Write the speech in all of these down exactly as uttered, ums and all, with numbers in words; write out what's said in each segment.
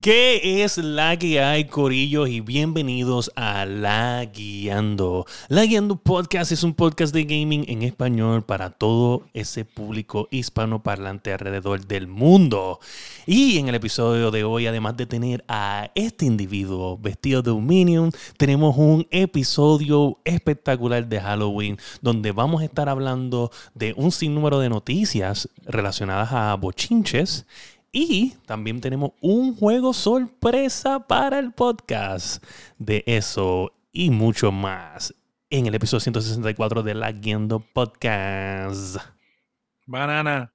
¿Qué es la que hay, corillos? Y bienvenidos a La Guiando. La Guiando Podcast es un podcast de gaming en español para todo ese público hispanoparlante alrededor del mundo. Y en el episodio de hoy, además de tener a este individuo vestido de un Minion, tenemos un episodio espectacular de Halloween donde vamos a estar hablando de un sinnúmero de noticias relacionadas a bochinches. Y también tenemos un juego sorpresa para el podcast. De eso y mucho más en el episodio ciento sesenta y cuatro de La Guiando Podcast. Banana.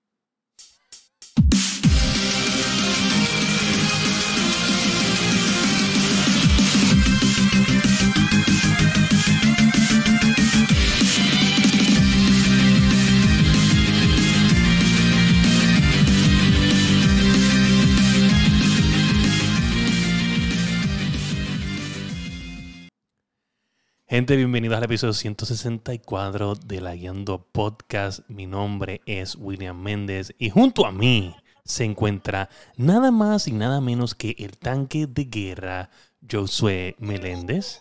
Gente, bienvenidos al episodio ciento sesenta y cuatro de La Guiando Podcast. Mi nombre es William Méndez y junto a mí se encuentra nada más y nada menos que el tanque de guerra Josué Meléndez.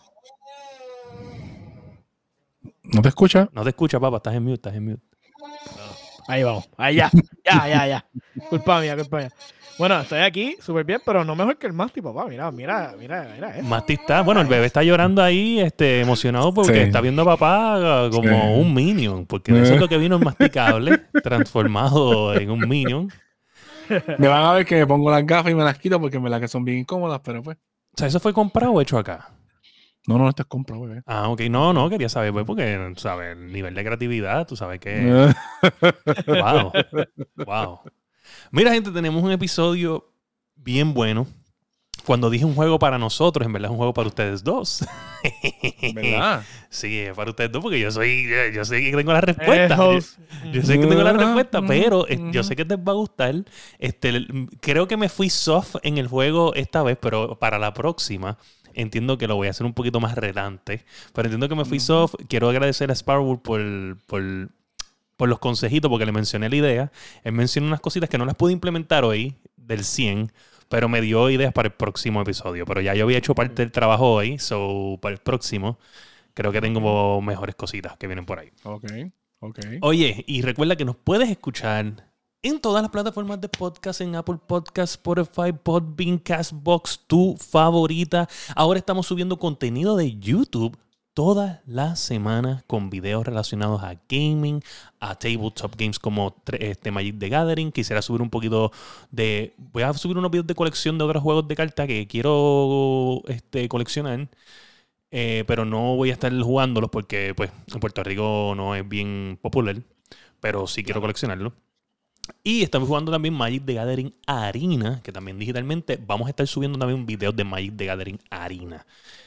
¿No te escucha? No te escucha, papá. Estás en mute, estás en mute. Ahí vamos. Ahí ya. Ya, ya, ya. Culpa mía, culpa mía. Bueno, estoy aquí súper bien, pero no mejor que el Masti, papá. Mira, mira, mira, mira. Eh. Masti está, bueno, el bebé está llorando ahí, este, emocionado porque Sí. está viendo a papá como Sí. un Minion, porque eso es lo que vino en masticable, transformado en un Minion. Me van a ver que me pongo las gafas y me las quito porque me las que son bien incómodas, pero pues. O sea, ¿eso fue comprado o hecho acá? No, no, esto es compra, bebé. Ah, ok. No, no, quería saber, pues, porque, ¿sabes? El nivel de creatividad, tú sabes que... Wow. Wow. Mira, gente, tenemos un episodio bien bueno. Cuando dije un juego para nosotros, en verdad es un juego para ustedes dos. ¿Verdad? Sí, es para ustedes dos porque yo soy, yo sé que tengo la respuesta. Eh, host. Yo sé que tengo la respuesta, Mm, pero eh, mm. yo sé que te va a gustar. Este, el- creo que me fui soft en el juego esta vez, pero para la próxima entiendo que lo voy a hacer un poquito más retante. Pero entiendo que me fui Ujú. soft. Quiero agradecer a Sparwood por, por, por los consejitos, porque le mencioné la idea. Él mencionó unas cositas que no las pude implementar hoy, del cien, pero me dio ideas para el próximo episodio. Pero ya yo había hecho parte del trabajo hoy, so para el próximo creo que tengo mejores cositas que vienen por ahí. Ok, ok. Oye, y recuerda que nos puedes escuchar en todas las plataformas de podcast, en Apple Podcasts, Spotify, Podbean, Castbox, tu favorita. Ahora estamos subiendo contenido de YouTube todas las semanas con videos relacionados a gaming, a tabletop games como este Magic the Gathering. Quisiera subir un poquito de... Voy a subir unos videos de colección de otros juegos de cartas que quiero este, coleccionar. Eh, pero no voy a estar jugándolos porque pues en Puerto Rico no es bien popular, pero sí quiero coleccionarlo. Y estamos jugando también Magic the Gathering Arena, que también digitalmente vamos a estar subiendo también videos de Magic the Gathering Arena.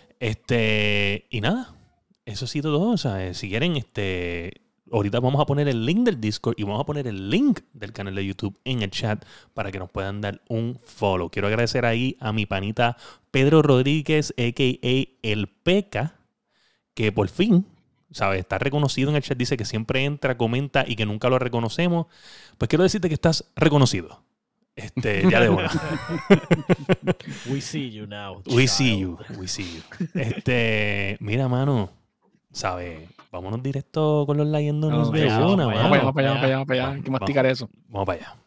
Este, y nada, eso ha sido todo. O sea, eh, si quieren, este, ahorita vamos a poner el link del Discord y vamos a poner el link del canal de YouTube en el chat para que nos puedan dar un follow. Quiero agradecer ahí a mi panita Pedro Rodríguez, a k a. El Peca, que por fin, ¿sabes? Está reconocido en el chat. Dice que siempre entra, comenta y que nunca lo reconocemos. Pues quiero decirte que estás reconocido. Este, ya de una. We see you now. We child. see you. We see you. Este, mira, mano, ¿sabes? Vámonos directo con los leyéndonos Vamos de allá, una, vamos Vamos mano. para allá, vamos para allá, vamos para allá, vamos para allá. Hay que Vamos, masticar eso. Vamos para allá.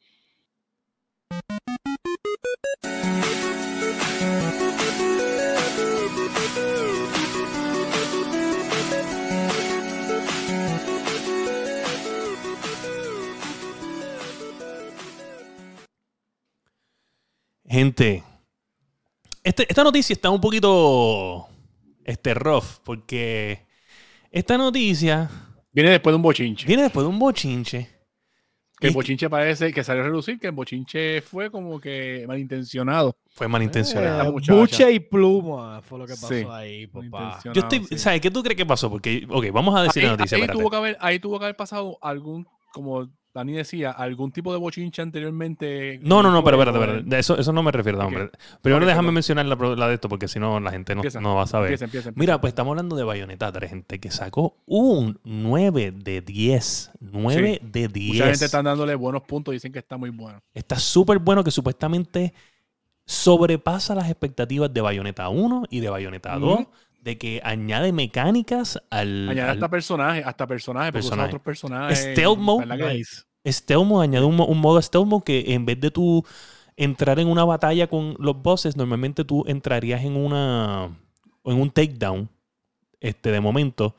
Gente, este, esta noticia está un poquito este, rough porque esta noticia Viene después de un bochinche. viene después de un bochinche. Que el Y bochinche parece que salió a reducir, que el bochinche fue como que malintencionado. fue malintencionado. Esta Eh, muchacha. buche y pluma fue lo que pasó Sí. ahí, papá. Malintencionado. Yo estoy, sí. ¿sabes qué tú crees que pasó? Porque, ok, vamos a decir Ahí, la noticia. ahí espérate. tuvo que haber, ahí tuvo que haber pasado algún, como Dani decía, algún tipo de bochinche anteriormente. No, no, no, pero Bueno, espérate, espérate. De Eso, eso no me refiero, Ok. hombre. Primero Ok, déjame perdón. mencionar la, pro- la de esto, porque si no la gente no, Empieza, no va a saber. Empieza, empieza, empieza. Mira, pues estamos hablando de Bayonetta tres, gente, que sacó un nueve de diez. nueve Sí. de diez. Mucha gente está dándole buenos puntos, dicen que está muy bueno. Está súper bueno, que supuestamente sobrepasa las expectativas de Bayonetta uno y de Bayonetta dos, Ujú. de que añade mecánicas al... Añade al- hasta personajes, hasta personajes, porque usan Personaje. otros personajes. Stealth mode. ¿verdad que- Nice. Stealth Mode añade un, mo- un modo Stealth Mode que en vez de tú entrar en una batalla con los bosses, normalmente tú entrarías en una en un takedown este, de momento.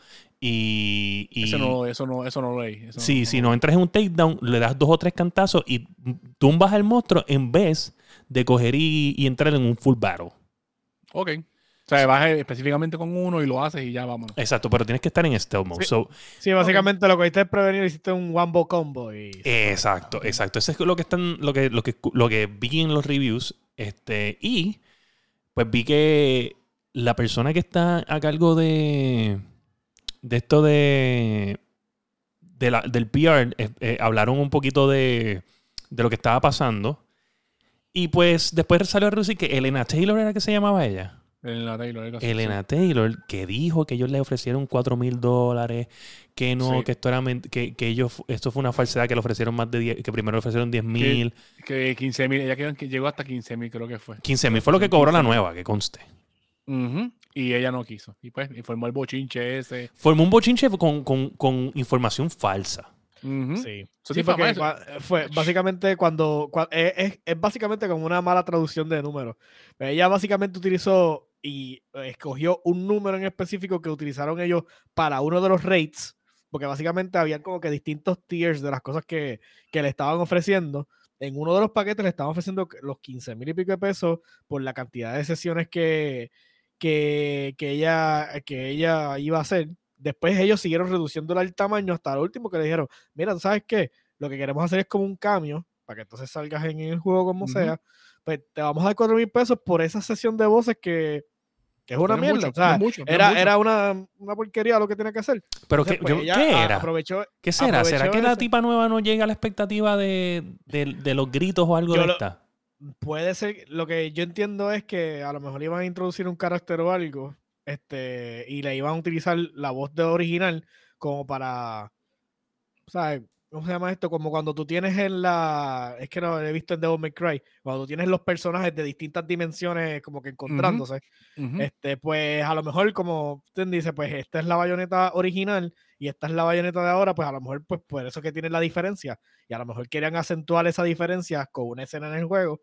Y, y Eso no, eso no, eso no lo leí. Eso sí, no, si no. no entras en un takedown, le das dos o tres cantazos y tumbas al monstruo en vez de coger y, y entrar en un full battle. Ok. O sea, vas específicamente con uno y lo haces y ya vámonos. Exacto, pero tienes que estar en Stealth Mode. Sí. So, Sí, básicamente lo que hiciste es prevenir, hiciste un wombo combo. Y... exacto, exacto. Eso es lo que están, lo que, lo que, lo que vi en los reviews. Este, y pues vi que la persona que está a cargo de, de esto de, de la- del P R, eh, eh, hablaron un poquito de, de lo que estaba pasando. Y pues después salió a reducir que Elena Taylor era que se llamaba ella. Elena Taylor. algo así, Elena Taylor, que dijo que ellos le ofrecieron cuatro mil dólares, que no, Sí. que esto era ment- que, que ellos, esto fue una falsedad, que le ofrecieron más de diez, que primero le ofrecieron diez mil. sí. Que quince mil, ella quedó- que llegó hasta quince mil, creo que fue. quince mil fue lo que cobró la quince mil. nueva, que conste. Ujú. Y ella no quiso. Y pues, y formó el bochinche ese. Formó un bochinche con, con, con información falsa. Ujú. Sí, Eso sí sí fue porque eso. cua- fue básicamente cuando, cua- es, es- es básicamente como una mala traducción de números. Ella básicamente utilizó y escogió un número en específico que utilizaron ellos para uno de los rates, porque básicamente habían como que distintos tiers de las cosas que, que le estaban ofreciendo. En uno de los paquetes le estaban ofreciendo los quince mil y pico de pesos por la cantidad de sesiones que, que, que, ella, que ella iba a hacer. Después ellos siguieron reduciéndole el tamaño hasta el último que le dijeron, mira, ¿tú sabes qué? Lo que queremos hacer es como un cambio, para que entonces salgas en el juego como Ujú. sea, pues te vamos a dar cuatro mil pesos por esa sesión de voces que, que es una No es mierda. mucho, o sea, no es mucho, no es era, mucho. era una, una porquería lo que tenía que hacer. Pero Entonces, ¿qué, pues, yo- ella ¿qué a- era? Aprovechó, ¿Qué será? ¿Será aprovechó que la ese- tipa nueva no llega a la expectativa de, de, de los gritos o algo Yo de lo- esta? puede ser, lo que yo entiendo es que a lo mejor iban a introducir un carácter o algo, este, y le iban a utilizar la voz de original como para, ¿sabes? ¿Cómo se llama esto? Como cuando tú tienes en la, es que lo he visto en Devil May Cry, cuando tú tienes los personajes de distintas dimensiones como que encontrándose, Ujú. este, pues a lo mejor como usted dice, pues esta es la bayoneta original y esta es la bayoneta de ahora, pues a lo mejor pues por eso que tiene la diferencia y a lo mejor querían acentuar esa diferencia con una escena en el juego,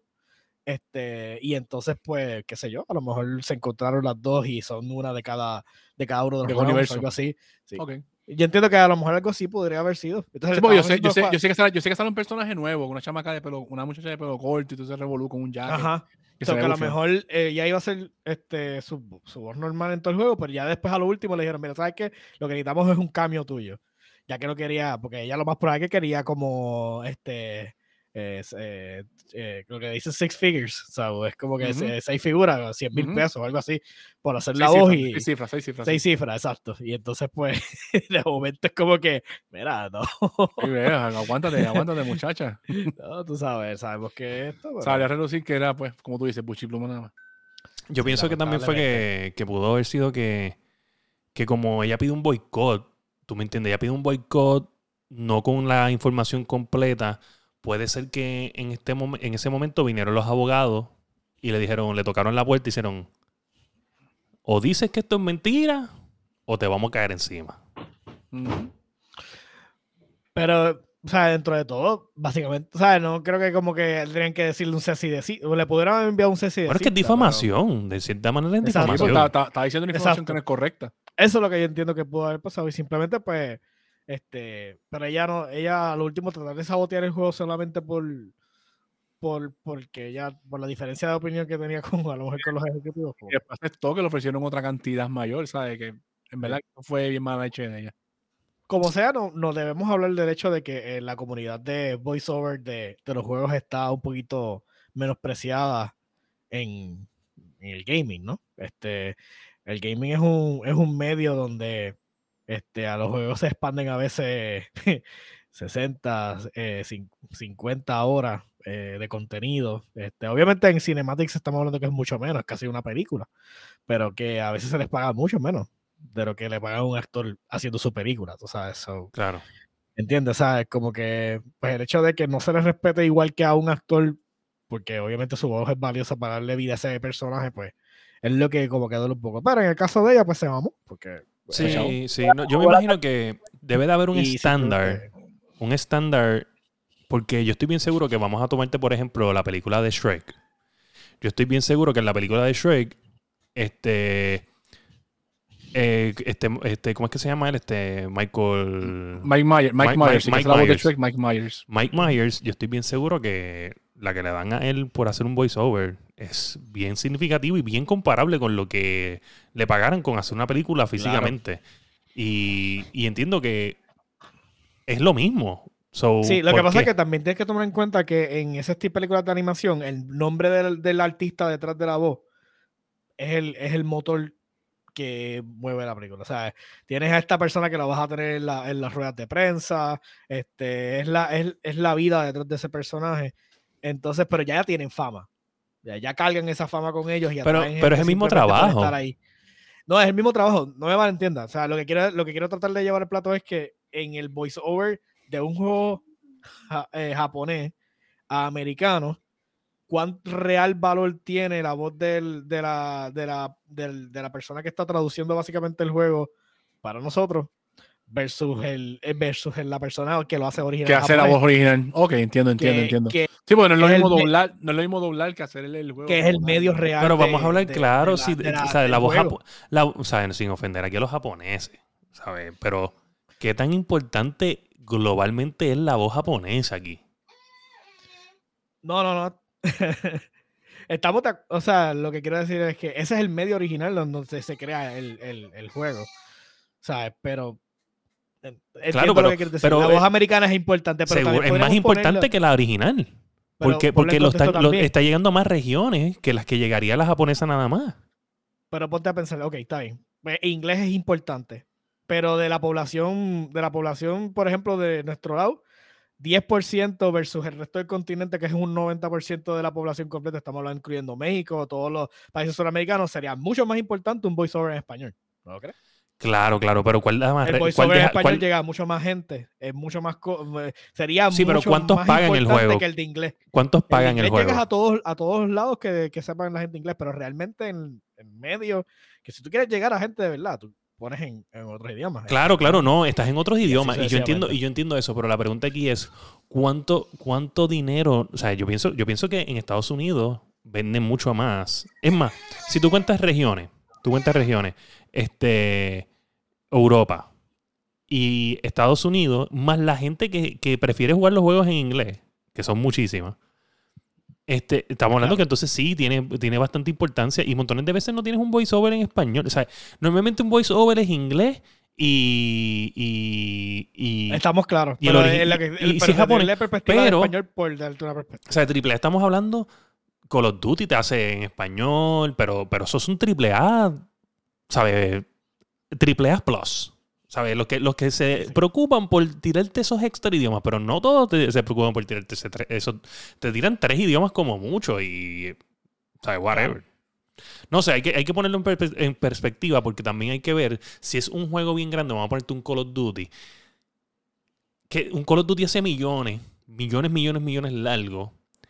este, y entonces pues qué sé yo, a lo mejor se encontraron las dos y son una de cada de cada uno de los De rounds, universo. algo así. Sí. Ok. Yo entiendo que a lo mejor algo así podría haber sido. Entonces, Sí, le porque yo estaban sé, yo, sé, haciendo yo, sé que sale, yo sé que sale un personaje nuevo, una chamaca de pelo, una muchacha de pelo corto y todo se revolú con un fa- jacket. Ajá. que O sea, se ve que a lo bufiado. mejor eh, ya iba a ser este, su, su voz normal en todo el juego, pero ya después a lo último le dijeron, mira, ¿sabes qué? Lo que necesitamos es un cambio tuyo. Ya que no quería, porque ella lo más probable es que quería como, este, es, eh, eh, lo que dice six figures, o sea, es como que Ujú. se- seis figuras, cien mil Ujú. pesos o algo así, por hacer Seis la voz cifras, y seis cifras, seis cifras. seis sí. cifras, exacto. Y entonces, pues, de momento es como que, mira, no, Sí, vea, aguántate, aguántate, muchacha. no, tú sabes, sabemos que esto, pero- Sale a relucir que era, pues, como tú dices, buchipluma nada más. Yo Sí, pienso que también fue que, que pudo haber sido que, que como ella pide un boicot, tú me entiendes, ella pide un boicot no con la información completa, puede ser que en, este momen- en ese momento vinieron los abogados y le dijeron, le tocaron la puerta y dijeron, o dices que esto es mentira o te vamos a caer encima. Ujú. Pero, o sea, dentro de todo, básicamente, o sea, no creo que como que tendrían que decirle un cese y decir, o le pudieran haber enviado un cese y Bueno, es que es decir, pero- difamación, de cierta manera es Exacto. Sí, porque difamación. está, está- está diciendo una información Exacto. que no es correcta. Eso es lo que yo entiendo que pudo haber pasado y simplemente, pues, este, pero ella no, ella a lo último tratar de sabotear el juego solamente por, por, porque ella, por la diferencia de opinión que tenía con, a lo mejor con los ejecutivos. pues. Y después aceptó que le ofrecieron otra cantidad mayor, ¿sabes? Que en verdad no fue bien mala leche de ella. Como sea, no, no debemos hablar del hecho de que eh, la comunidad de voiceover de, de los juegos está un poquito menospreciada en, en el gaming, ¿no? Este, el gaming es un, es un medio donde este, a los juegos se expanden a veces sesenta, eh, cin- cincuenta horas eh, de contenido. Este, obviamente en Cinematics estamos hablando que es mucho menos, es casi una película, pero que a veces se les paga mucho menos de lo que le paga a un actor haciendo su película, tú sabes. So, Claro. ¿entiendes? ¿Sabes? Como que pues el hecho de que no se les respete igual que a un actor porque obviamente su voz es valiosa para darle vida a ese personaje, pues es lo que como que duele un poco. Pero en el caso de ella, pues se mamó, porque... Sí, eh, sí. No, yo me imagino que debe de haber un y estándar. simplemente- Un estándar. Porque yo estoy bien seguro que vamos a tomarte, por ejemplo, la película de Shrek. Yo estoy bien seguro que en la película de Shrek, este. eh, este, este, ¿cómo es que se llama él? Este. Michael. Mike Myers, Mike, Mike- Myers, si Mike hace la voz de Myers. Shrek, Mike Myers. Mike Myers, yo estoy bien seguro que la que le dan a él por hacer un voiceover es bien significativo y bien comparable con lo que le pagaran con hacer una película físicamente. Y, y entiendo que es lo mismo. So, Sí, lo ¿por que pasa qué? es que también tienes que tomar en cuenta que en esas tipo de películas de animación, el nombre del, del artista detrás de la voz es el, es el motor que mueve la película. O sea, tienes a esta persona que la vas a tener en, la, en las ruedas de prensa, este, es, la, es, es la vida detrás de ese personaje. Entonces, pero ya tienen fama. Ya, ya cargan esa fama con ellos y Pero, atraen pero es gente el mismo simplemente por trabajo. estar ahí. No, es el mismo trabajo, no me malentiendas. O sea, lo que quiero, lo que quiero tratar de llevar al plato es que en el voiceover de un juego ja, eh, japonés a americano, ¿cuán real valor tiene la voz del, de, la, de, la, del, de la persona que está traduciendo básicamente el juego para nosotros versus, el, versus el, la persona que lo hace original? Que hace la voz original. Ok, entiendo, entiendo, que, entiendo. que, Sí, porque no es lo es mismo el me- doblar, no es lo mismo doblar que hacer el, el juego. que es el como tal. medio real. Pero vamos de- a hablar de- claro, de la- si, de la- o sea, de la del voz juego. japo- la- o sea, sin ofender aquí a los japoneses, ¿sabes? Pero, ¿qué tan importante globalmente es la voz japonesa aquí? No, no, no. Estamos, de- o sea, lo que quiero decir es que ese es el medio original donde se crea el, el, el juego. ¿Sabes? Pero eh, entiendo pero- lo que quieres decir. pero, La voz eh, americana es importante, pero Seguro, también es más podríamos importante ponerlo- que la original. pero Porque, ponlo porque en lo contexto están- lo- también. está llegando a más regiones que las que llegaría la japonesa nada más. Pero ponte a pensar, ok, está bien. Pues, inglés es importante. Pero de la población, de la población, por ejemplo, de nuestro lado, diez por ciento versus el resto del continente, que es un noventa por ciento de la población completa, estamos hablando incluyendo México, todos los países suramericanos, sería mucho más importante un voiceover en español. ¿No lo crees? Claro, claro, pero ¿cuál da más? El re- cuál voiceover en deja- español cuál- llega a mucho más gente, es mucho más co- sería Sí, pero mucho ¿cuántos más pagan el importante juego? que el de inglés. ¿Cuántos El de pagan el inglés juego? llegas a todos, a todos lados que, que sepan la gente inglés, pero realmente en, en medio, que si tú quieres llegar a gente de verdad, tú pones en, en otros idiomas. Claro, claro, no, estás en otros así idiomas y yo sucesivamente. entiendo y yo entiendo eso, pero la pregunta aquí es cuánto cuánto dinero, o sea, yo pienso yo pienso que en Estados Unidos venden mucho más. Es más, si tú cuentas regiones, tú cuentas regiones, este Europa y Estados Unidos, más la gente que, que prefiere jugar los juegos en inglés, que son muchísimas. Este, estamos hablando Claro. que entonces sí, tiene, tiene bastante importancia y montones de veces no tienes un voiceover en español. O sea, normalmente un voiceover es inglés y... y, y Estamos claros. y el pero origi- es la que- y- el- y pero si es desde japonés, la perspectiva pero- de español por darte una perspectiva. o sea, triple A estamos hablando... Call of Duty te hace en español, pero, pero eso es un triple A, ¿sabes? Triple A Plus. ¿Sabes? Los que, los que se Sí, sí. preocupan por tirarte esos extra idiomas, pero no todos te- se preocupan por tirarte ese tre- eso. Te tiran tres idiomas como mucho y. ¿Sabes? Whatever. No sé, hay que, hay que ponerlo en, perpe- en perspectiva porque también hay que ver si es un juego bien grande. Vamos a ponerte un Call of Duty. Que un Call of Duty hace millones, millones, millones, millones largo.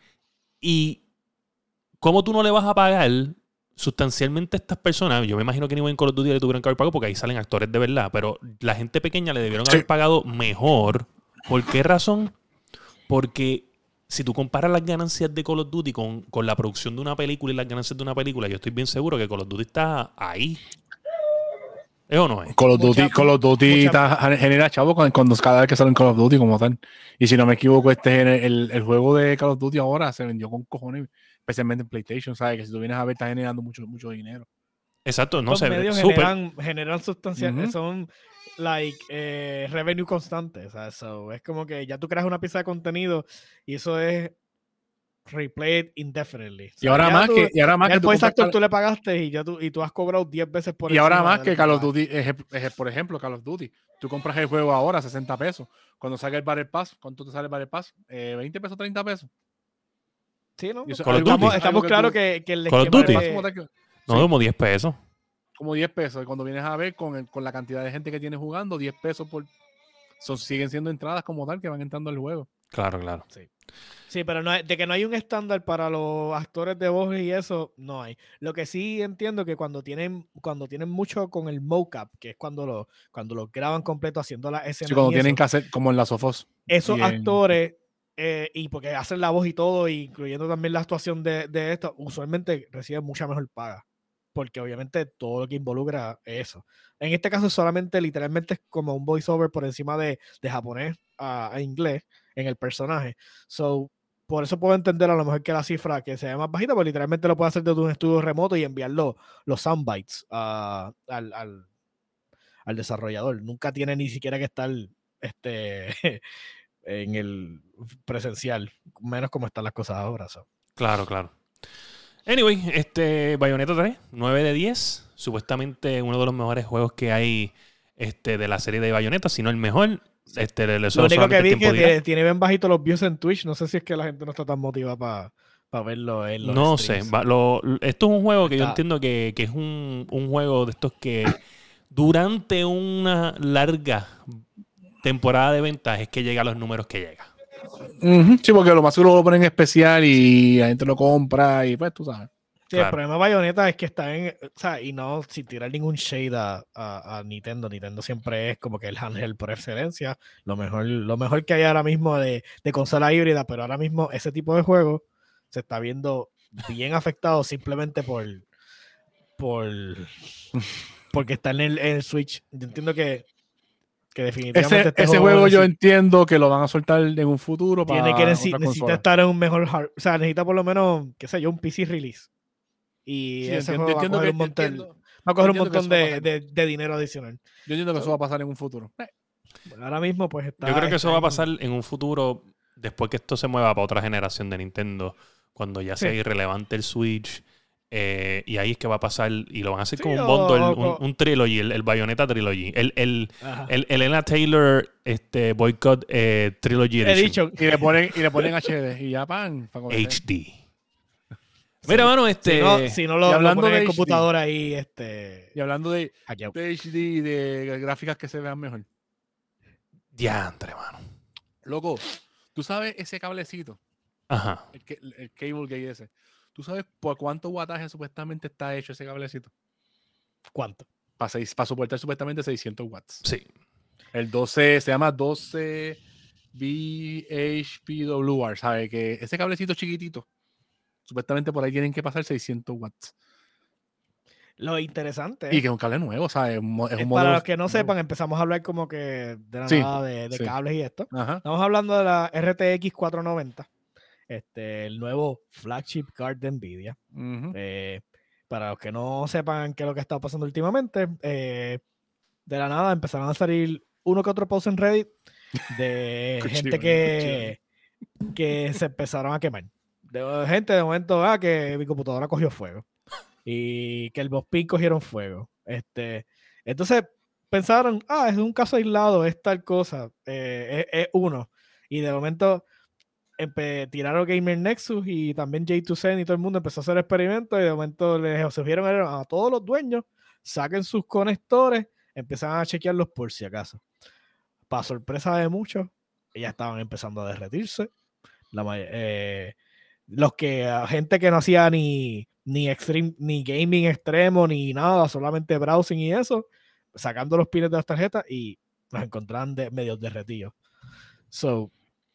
Y cómo tú no le vas a pagar sustancialmente a estas personas. Yo me imagino que ni en Call of Duty le tuvieron que haber pagado porque ahí salen actores de verdad. Pero la gente pequeña le debieron Sí. haber pagado mejor. ¿Por qué razón? Porque si tú comparas las ganancias de Call of Duty con, con la producción de una película y las ganancias de una película, yo estoy bien seguro que Call of Duty está ahí. ¿Es o no es? Call of Duty, Mucha- Call of Duty mucha- está- genera chavo cuando, cuando cada vez que sale en Call of Duty como tal. Y si no me equivoco, este el, el, el juego de Call of Duty ahora se vendió con cojones, especialmente en PlayStation, ¿sabes? Que si tú vienes a ver está generando mucho, mucho dinero. Exacto, no Estos sé. medios Súper. generan, generan sustancias, Ujú. son like eh, revenue constante. O sea, so, es como que ya tú creas una pieza de contenido y eso es replayed indefinitely. O Y sea, ahora ya más tú- que, y ahora más el que tú voice compras actor Call- tú le pagaste y ya tú, y tú has cobrado diez veces por y ahora encima más de que lo Call of pagaste. Duty, eje- eje- por ejemplo, Call of Duty. Tú compras el juego ahora a sesenta pesos. Cuando salga el Battle Pass, ¿cuánto te sale el Battle Pass? Eh, ¿veinte pesos, treinta pesos? Sí, ¿no? Y eso- Call of estamos Duty. estamos algo que claros tú- que, que el Call of esquema Duty. de- Como tal que- No, sí, como diez pesos. como diez pesos. Y cuando vienes a ver con, el- con la cantidad de gente que tienes jugando, diez pesos por... Son, siguen siendo entradas como tal que van entrando al juego. Claro, claro. Sí. Sí, pero no hay- de que no hay un estándar para los actores de voz y eso, no hay. Lo que sí entiendo que cuando tienen, cuando tienen mucho con el mocap, que es cuando lo, cuando lo graban completo haciendo la escena. Sí, cuando y tienen eso, que hacer, como en la Sofos. esos y en- actores, eh, y porque hacen la voz y todo, incluyendo también la actuación de, de esto, usualmente reciben mucha mejor paga. Porque obviamente todo lo que involucra es eso. En este caso solamente, literalmente es como un voiceover por encima de, de japonés a, a inglés en el personaje. So, por eso puedo entender a lo mejor que la cifra que sea más bajita, pues literalmente lo puede hacer desde un estudio remoto y enviar los, los soundbites a- al, al, al desarrollador. Nunca tiene ni siquiera que estar este, en el presencial, menos como están las cosas ahora. So. Claro, claro. Anyway, este Bayonetta tres, nueve de diez. Supuestamente uno de los mejores juegos que hay este, de la serie de Bayonetta, si no el mejor. Este, le- Lo eso único solamente que el vi es tiempo que dirá. tiene, tiene bien bajito los views en Twitch. No sé si es que la gente no está tan motivada para pa verlo en los No streams. sé. va- lo- esto es un juego que yo Está- entiendo que, que es un, un juego de estos que durante una larga temporada de ventas es que llega a los números que llega. Ujú, sí, porque lo más seguro lo ponen en especial y la gente lo compra y pues tú sabes. Sí, Claro. el problema de Bayonetta es que está en, o sea, y no sin tirar ningún shade a, a- a Nintendo. Nintendo siempre es como que el handheld por excelencia, lo mejor, lo mejor que hay ahora mismo de, de consola híbrida, pero ahora mismo ese tipo de juego se está viendo bien afectado simplemente por, por porque está en el, en el Switch. Yo entiendo que, que definitivamente Ese, este ese juego yo necesita- entiendo que lo van a soltar en un futuro para tiene que necesi- otra necesita consola. estar en un mejor hard, o sea, necesita por lo menos, qué sé yo, un P C release. Y Sí, yo ese entiendo, juego yo va a entiendo coger que, un yo montón, entiendo- va a coger un entiendo que montón eso va a de, pasar. de- de dinero adicional. yo entiendo que So- eso va a pasar en un futuro. Eh, Ahora mismo, pues está. Yo creo que está eso va a en- pasar en un futuro, después que esto se mueva para otra generación de Nintendo, cuando ya sea Sí. irrelevante el Switch. eh, y ahí es que va a pasar, y lo van a hacer Sí, como un o- bundle, o- un, un trilogy, el, el Bayonetta Trilogy. El, el, Ajá. el Elena Taylor este, Boycott eh, Trilogy He Edition. dicho. y le ponen, y le ponen H D y ya pan. para comer. H D. Mira, mano, este... Si no, si no lo, y lo hablando ponen de en H D. computadora ahí, este. Y hablando de, hackeado. de H D y de gráficas que se vean mejor. Diantre, mano. Loco, tú sabes ese cablecito, Ajá. el, que- el cable gate ese. ¿Tú sabes por cuánto wattaje supuestamente está hecho ese cablecito? ¿Cuánto? Para, seis, para soportar supuestamente seiscientos watts. Sí. El doce se llama doce B H P W R, ¿sabes? Que ese cablecito chiquitito, supuestamente por ahí tienen que pasar seiscientos watts. Lo interesante Y es, que es un cable nuevo, ¿sabes? Es un mo- es eh, un para modelo los que no nuevo. sepan, empezamos a hablar como que de la Sí, nada de, de sí. cables y esto. Ajá. Estamos hablando de la R T X cuatrocientos noventa, este, el nuevo flagship card de Nvidia. Ujú. Eh, para los que no sepan qué es lo que está pasando últimamente, eh, de la nada empezaron a salir uno que otro post en Reddit de Cuchillo, gente que, que se empezaron a quemar. De, gente de momento, ah, que mi computadora cogió fuego y que el Bospin cogieron fuego. Este, entonces pensaron, ah, es un caso aislado, es tal cosa, eh, es, es uno. Y de momento empe- tiraron Gamer Nexus y también J dos Zen y todo el mundo empezó a hacer experimentos y de momento les sugirieron a todos los dueños, saquen sus conectores, empezaron a chequearlos por si acaso. Para sorpresa de muchos, ya estaban empezando a derretirse. La, may- eh, los que, gente que no hacía ni, ni, extreme, ni gaming extremo ni nada, solamente browsing y eso, sacando los pines de las tarjetas y los encontraban de, medio derretidos. So,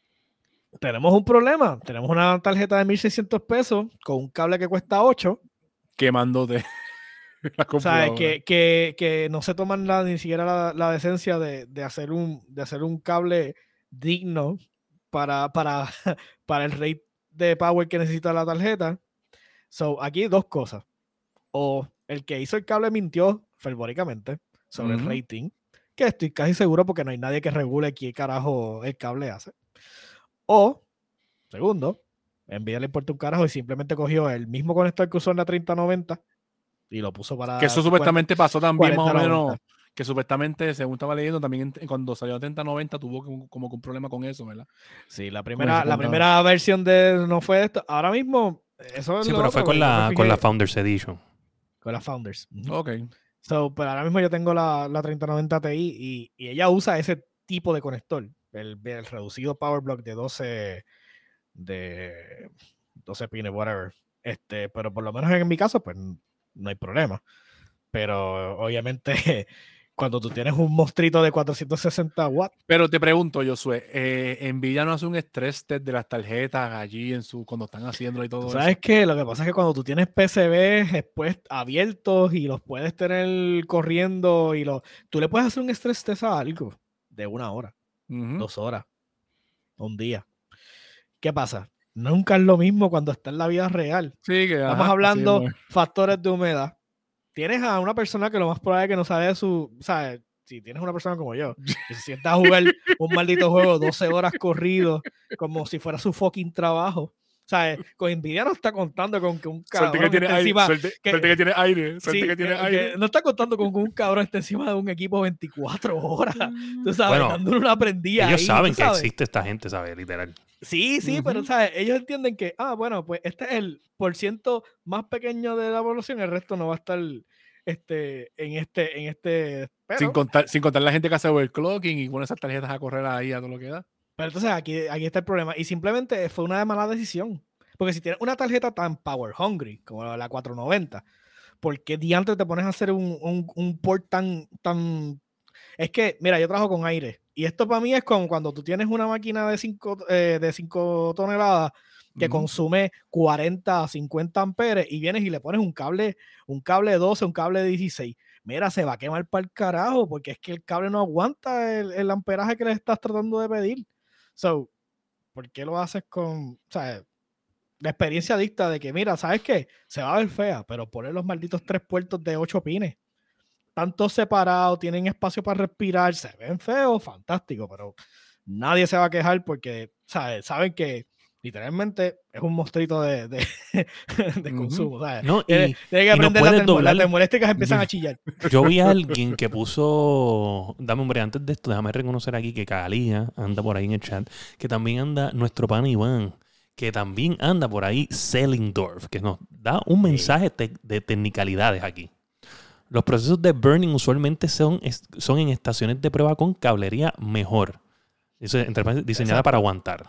tenemos un problema. Tenemos una tarjeta de mil seiscientos pesos con un cable que cuesta ocho. Quemándote la O sea, computadora. que, que, que no se toman la, ni siquiera la, la decencia de, de, hacer un, de hacer un cable digno para, para, para el rate de power que necesita la tarjeta. So, aquí dos cosas. O el que hizo el cable mintió fervóricamente sobre Ujú. el rating, que estoy casi seguro porque no hay nadie que regule qué carajo el cable hace. O, segundo, Nvidia le importa un carajo y simplemente cogió el mismo conector que usó en la treinta noventa y lo puso para... Que eso supuestamente pasó también más o cuarenta menos. noventa. Que supuestamente, según estaba leyendo, también en- cuando salió la treinta noventa tuvo como, como que un problema con eso, ¿verdad? Sí, la primera, la contaba. primera versión de no fue esto. Ahora mismo, eso es Sí, lo pero otro, fue con porque yo me la, con la fijé- Founders Edition. con la Founders. Ujú. Ok. So, pero ahora mismo yo tengo la, la treinta noventa Ti y, y ella usa ese tipo de conector. el, el reducido power block de doce de doce pines, whatever. Este, pero por lo menos en mi caso, pues no hay problema. Pero obviamente, cuando tú tienes un monstruito de cuatrocientos sesenta watts. Pero te pregunto, Josué, eh, ¿Nvidia no hace un stress test de las tarjetas allí en su cuando están haciéndolo y todo eso? ¿Sabes qué? Lo que pasa es que cuando tú tienes P C Bs después abiertos y los puedes tener corriendo y los, tú le puedes hacer un stress test a algo de una hora, uh-huh. dos horas, un día. ¿Qué pasa? Nunca es lo mismo cuando está en la vida real. Sí, que, Estamos ajá, hablando sí, factores de humedad. Tienes a una persona que lo más probable es que no sabe de su... ¿Sabes? Si tienes una persona como yo, que se sienta a jugar un maldito juego doce horas corrido como si fuera su fucking trabajo. ¿Sabes? Con Nvidia no está contando con que un cabrón suerte que tiene esté aire, encima... Suerte que, suerte que tiene aire. Suerte sí, que tiene que, aire. Que no está contando con que un cabrón esté encima de un equipo veinticuatro horas. Tú sabes, bueno, dándole una prendida. Ellos ahí, saben que sabes? existe esta gente, ¿sabes? Literal. Sí, sí, uh-huh. pero ¿sabes? Ellos entienden que, ah, bueno, pues este es el porciento más pequeño de la población, el resto no va a estar este, en este, en este. Pero, sin contar, sin contar la gente que hace overclocking y pone esas tarjetas a correr ahí a todo lo que da. Pero entonces aquí, aquí está el problema. Y simplemente fue una mala decisión. Porque si tienes una tarjeta tan power hungry como la cuatrocientos noventa, ¿por qué diantres te pones a hacer un, un, un port tan, tan... Es que, mira, yo trabajo con aire. Y esto para mí es como cuando tú tienes una máquina de cinco eh, de cinco toneladas que uh-huh. consume cuarenta a cincuenta amperes y vienes y le pones un cable, un cable de doce, un cable de dieciséis. Mira, se va a quemar para el carajo porque es que el cable no aguanta el, el amperaje que le estás tratando de pedir. So, ¿por qué lo haces con, o sea, la experiencia dicta de que, mira, ¿sabes qué? Se va a ver fea, pero poner los malditos tres puertos de ocho pines. Están todos separados, tienen espacio para respirar, se ven feos, fantástico, pero nadie se va a quejar porque, ¿sabes? Saben que literalmente es un monstruito de, de, de uh-huh. consumo, ¿sabes? No, y, tiene, tiene que aprender no las doblar... termoeléctricas empiezan a chillar. Yo vi a alguien que puso, dame hombre, antes de esto, déjame reconocer aquí que Calía anda por ahí en el chat, que también anda nuestro pan Iván, que también anda por ahí Sellingdorf, que nos da un mensaje te- de tecnicalidades aquí. Los procesos de burning usualmente son, son en estaciones de prueba con cablería mejor. Eso es diseñada Exacto. para aguantar.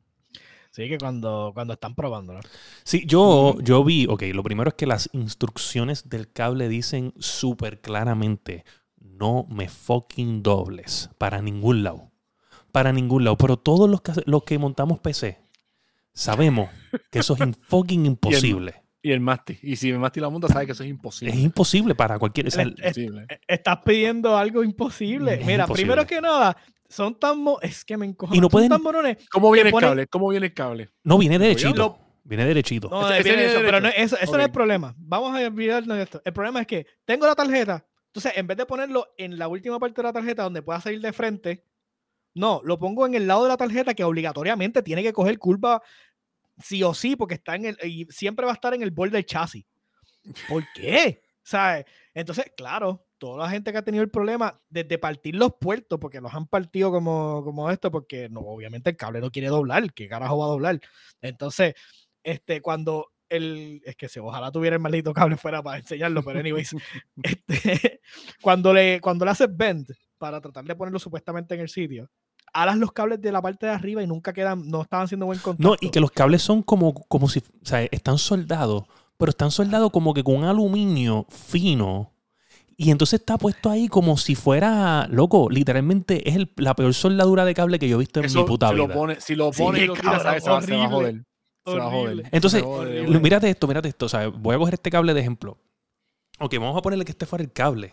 Sí, que cuando, cuando están probándolo. Sí, yo, yo vi, ok, lo primero es que las instrucciones del cable dicen súper claramente, no me fucking dobles para ningún lado. Para ningún lado. Pero todos los que, los que montamos P C sabemos que eso es fucking imposible. Y el Masti. Y si el Masti la monta, sabe que eso es imposible. Es imposible para cualquier... Es, es, es, estás pidiendo algo imposible. Es Mira, imposible. Primero que nada, son tan... Mo es que me encojan. Y no pueden... Son tan morones. ¿Cómo viene el ponen... cable? ¿Cómo viene el cable? No, viene derechito. Lo... Viene derechito. No, este, viene eso, pero no, eso, eso okay. no es el problema. Vamos a olvidarnos de esto. El problema es que tengo la tarjeta. Entonces, en vez de ponerlo en la última parte de la tarjeta donde pueda salir de frente, no, lo pongo en el lado de la tarjeta que obligatoriamente tiene que coger curva sí o sí, porque está en el... Y siempre va a estar en el borde del chasis. ¿Por qué? ¿Sabes? Entonces, claro, toda la gente que ha tenido el problema desde partir los puertos, porque los han partido como, como esto, porque no, obviamente el cable no quiere doblar, ¿qué carajo va a doblar? Entonces, este, cuando el, es que si ojalá tuviera el maldito cable fuera para enseñarlo, pero anyways, este, cuando le, cuando le haces bend para tratar de ponerlo supuestamente en el sitio, alas los cables de la parte de arriba y nunca quedan, no estaban haciendo buen contacto. No, y que los cables son como, como si, o sea, están soldados, pero están soldados como que con aluminio fino. Y entonces está puesto ahí como si fuera, loco, literalmente es el, la peor soldadura de cable que yo he visto en Eso, mi puta si vida. Lo pone, si lo pones sí, y lo tiras, ¿sabes? Se, va, se va a joder. Se va a joder. Entonces, horrible. mírate esto, mírate esto. ¿Sabes? Voy a coger este cable de ejemplo. Ok, vamos a ponerle que este fuera el cable.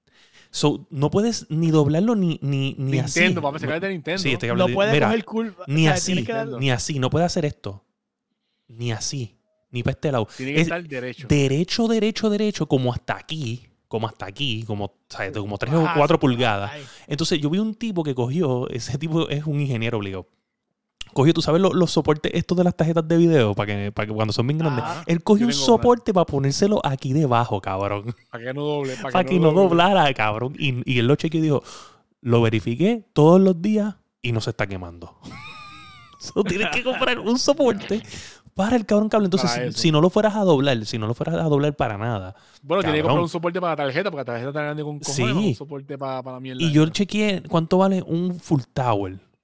So, no puedes ni doblarlo ni, ni, ni Nintendo, así. Nintendo, papá, se cae de Nintendo. Sí, este cable no de, puedes mira, coger curva. Ni o sea, así, que ni así. No puede hacer esto. Ni así. Ni para este lado. Tiene que es estar derecho. Derecho, derecho, derecho, como hasta aquí. Como hasta aquí, como, ¿sabes? Como tres o cuatro pulgadas. Ay. Entonces yo vi un tipo que cogió, ese tipo es un ingeniero obligado. Cogió, tú sabes, los, los soportes estos de las tarjetas de video, para que, para que cuando son bien grandes. Ah, él cogió un soporte una. para ponérselo aquí debajo, cabrón. Para que no doble. Para, para que, que no, no doblara, cabrón. Y, y él lo chequeó y dijo, lo verifiqué todos los días y no se está quemando. So, tienes que comprar un soporte para el cabrón cable. Entonces, si, si no lo fueras a doblar, si no lo fueras a doblar para nada. Bueno, tiene que comprar un soporte para la tarjeta, porque la tarjeta está grande con cojones. Sí. Un soporte para, para la mierda. Y yo chequeé cuánto vale un full tower.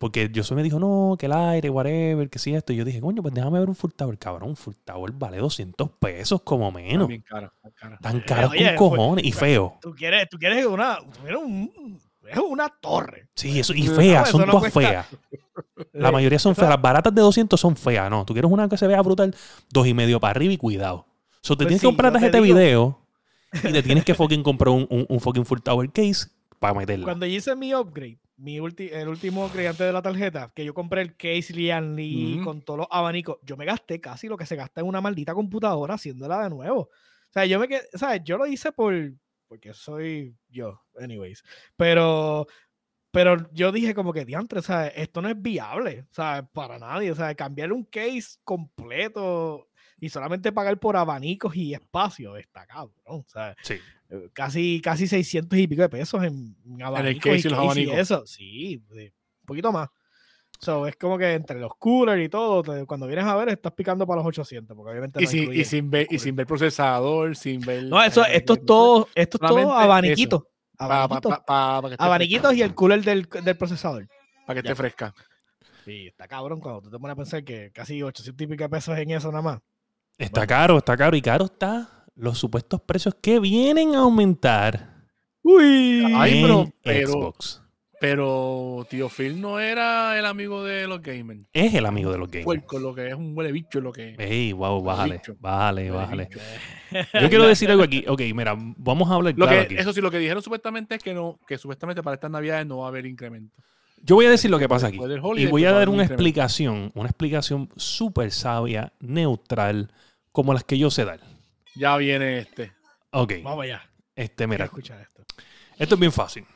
Porque yo me dijo, no, que el aire, whatever, que sí esto. Y yo dije, coño, pues déjame ver un Full Tower. Cabrón, un Full Tower vale doscientos pesos como menos. Bien caro, caro. Tan caros Oye, con cojones. Y feo. Tú quieres, tú quieres una, tú quieres un, es una torre. Sí, eso, y feas, no, son no todas cuesta. feas. La mayoría son feas. Las baratas de doscientos son feas, ¿no? Tú quieres una que se vea brutal, dos y medio para arriba y cuidado. So, te Pues tienes sí, que comprar yo te tarjeta de digo- video y te tienes que fucking comprar un, un, un fucking Full Tower case para meterla. Cuando yo hice mi upgrade, mi ulti- el último upgrade antes de la tarjeta, que yo compré el case Lian Lee Ujú. con todos los abanicos, yo me gasté casi lo que se gasta en una maldita computadora haciéndola de nuevo. O sea, yo me quedé, ¿sabes? Yo lo hice por, porque soy yo, anyways. Pero, pero yo dije como que, diantre, ¿sabes? Esto no es viable, ¿sabes? Para nadie, o sea, cambiar un case completo y solamente pagar por abanicos y espacio, está cabrón, ¿sabes? Sí. Eh, Casi, casi seiscientos y pico de pesos en, en abanicos case y los case abanicos. eso. Sí, sí, un poquito más. So, es como que entre los coolers y todo, te- cuando vienes a ver, estás picando para los ochocientos, porque obviamente Y no sin, incluye y, sin el ver, y cooler. sin ver procesador, sin ver. No, eso, eh, esto es no, todo, esto es todo solamente abaniquitos. Pa, pa, Abaniquitos, pa, pa- pa que esté abaniquitos fresca, y el cooler del, del procesador. para que Ya. esté fresca. Sí, está cabrón cuando tú te pones a pensar que casi ochocientos y pico de pesos en eso nada más. Está Bueno. caro, está caro. Y caro está los supuestos precios que vienen a aumentar Uy. Ay, en pero- pero- Xbox. Pero tío Phil no era el amigo de los gamers. Es el amigo de los gamers. Puerco, lo que es un huele bicho, lo que es. Ey, wow, Huele bájale, bicho. bájale, Huele bájale. bicho. Yo quiero decir algo aquí. Ok, mira, vamos a hablar Lo claro que, aquí. eso sí, lo que dijeron supuestamente es que no, que supuestamente para estas navidades no va a haber incremento. Yo voy a decir lo que pasa aquí. Después del Y holiday, voy a pues, va dar haber una un incremento. explicación, una explicación súper sabia, neutral, como las que yo sé dar. Ya viene este. Ok, Vamos allá. este, Mira, mira, escucha esto. esto es bien fácil.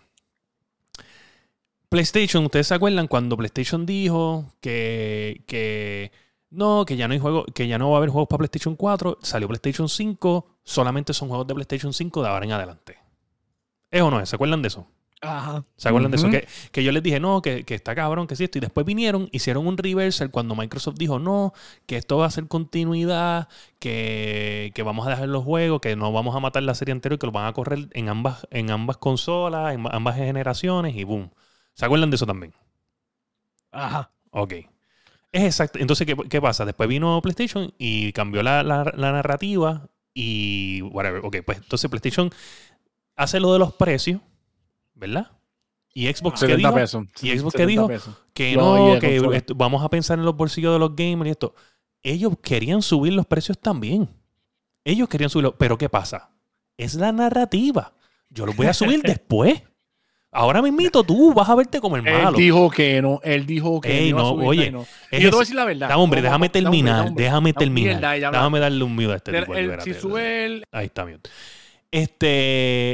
PlayStation, ¿ustedes se acuerdan cuando PlayStation dijo que, que no, que ya no hay juego, que ya no va a haber juegos para PlayStation cuatro? Salió PlayStation cinco, solamente son juegos de PlayStation cinco de ahora en adelante. ¿Es o no es? ¿Se acuerdan de eso? Ajá. ¿Se acuerdan Ujú. de eso? Que, que yo les dije, no, que, que está cabrón, que sí, esto. Y después vinieron, hicieron un reversal cuando Microsoft dijo, no, que esto va a ser continuidad, que, que vamos a dejar los juegos, que no vamos a matar la serie entera y que lo van a correr en ambas, en ambas consolas, en ambas generaciones y boom. ¿Se acuerdan de eso también? Ajá. Ok. Es exacto. Entonces, ¿qué, qué pasa? Después vino PlayStation y cambió la, la, la narrativa y whatever. Ok, pues entonces PlayStation hace lo de los precios, ¿verdad? Y Xbox, ¿qué setenta dijo? pesos. ¿Y Xbox qué setenta dijo? pesos. Que Los no, I de que consola. esto- vamos a pensar en los bolsillos de los gamers y esto. Ellos querían subir los precios también. Ellos querían subirlos. Pero ¿qué pasa? Es la narrativa. Yo los voy a subir después. Ahora mismito tú vas a verte como el Él malo. dijo que no, él dijo que Ey, no, iba a no, subir oye, nada y no. Es Y yo te voy a ese- decir la verdad. Da, hombre, Vamos, déjame vamos, da, hombre, terminar. da, hombre. Déjame Da, terminar. mierda, ya Déjame hablaste. darle un mute a este El- tipo. el- Espérate, si espérate. sube el... Ahí está mute. Este.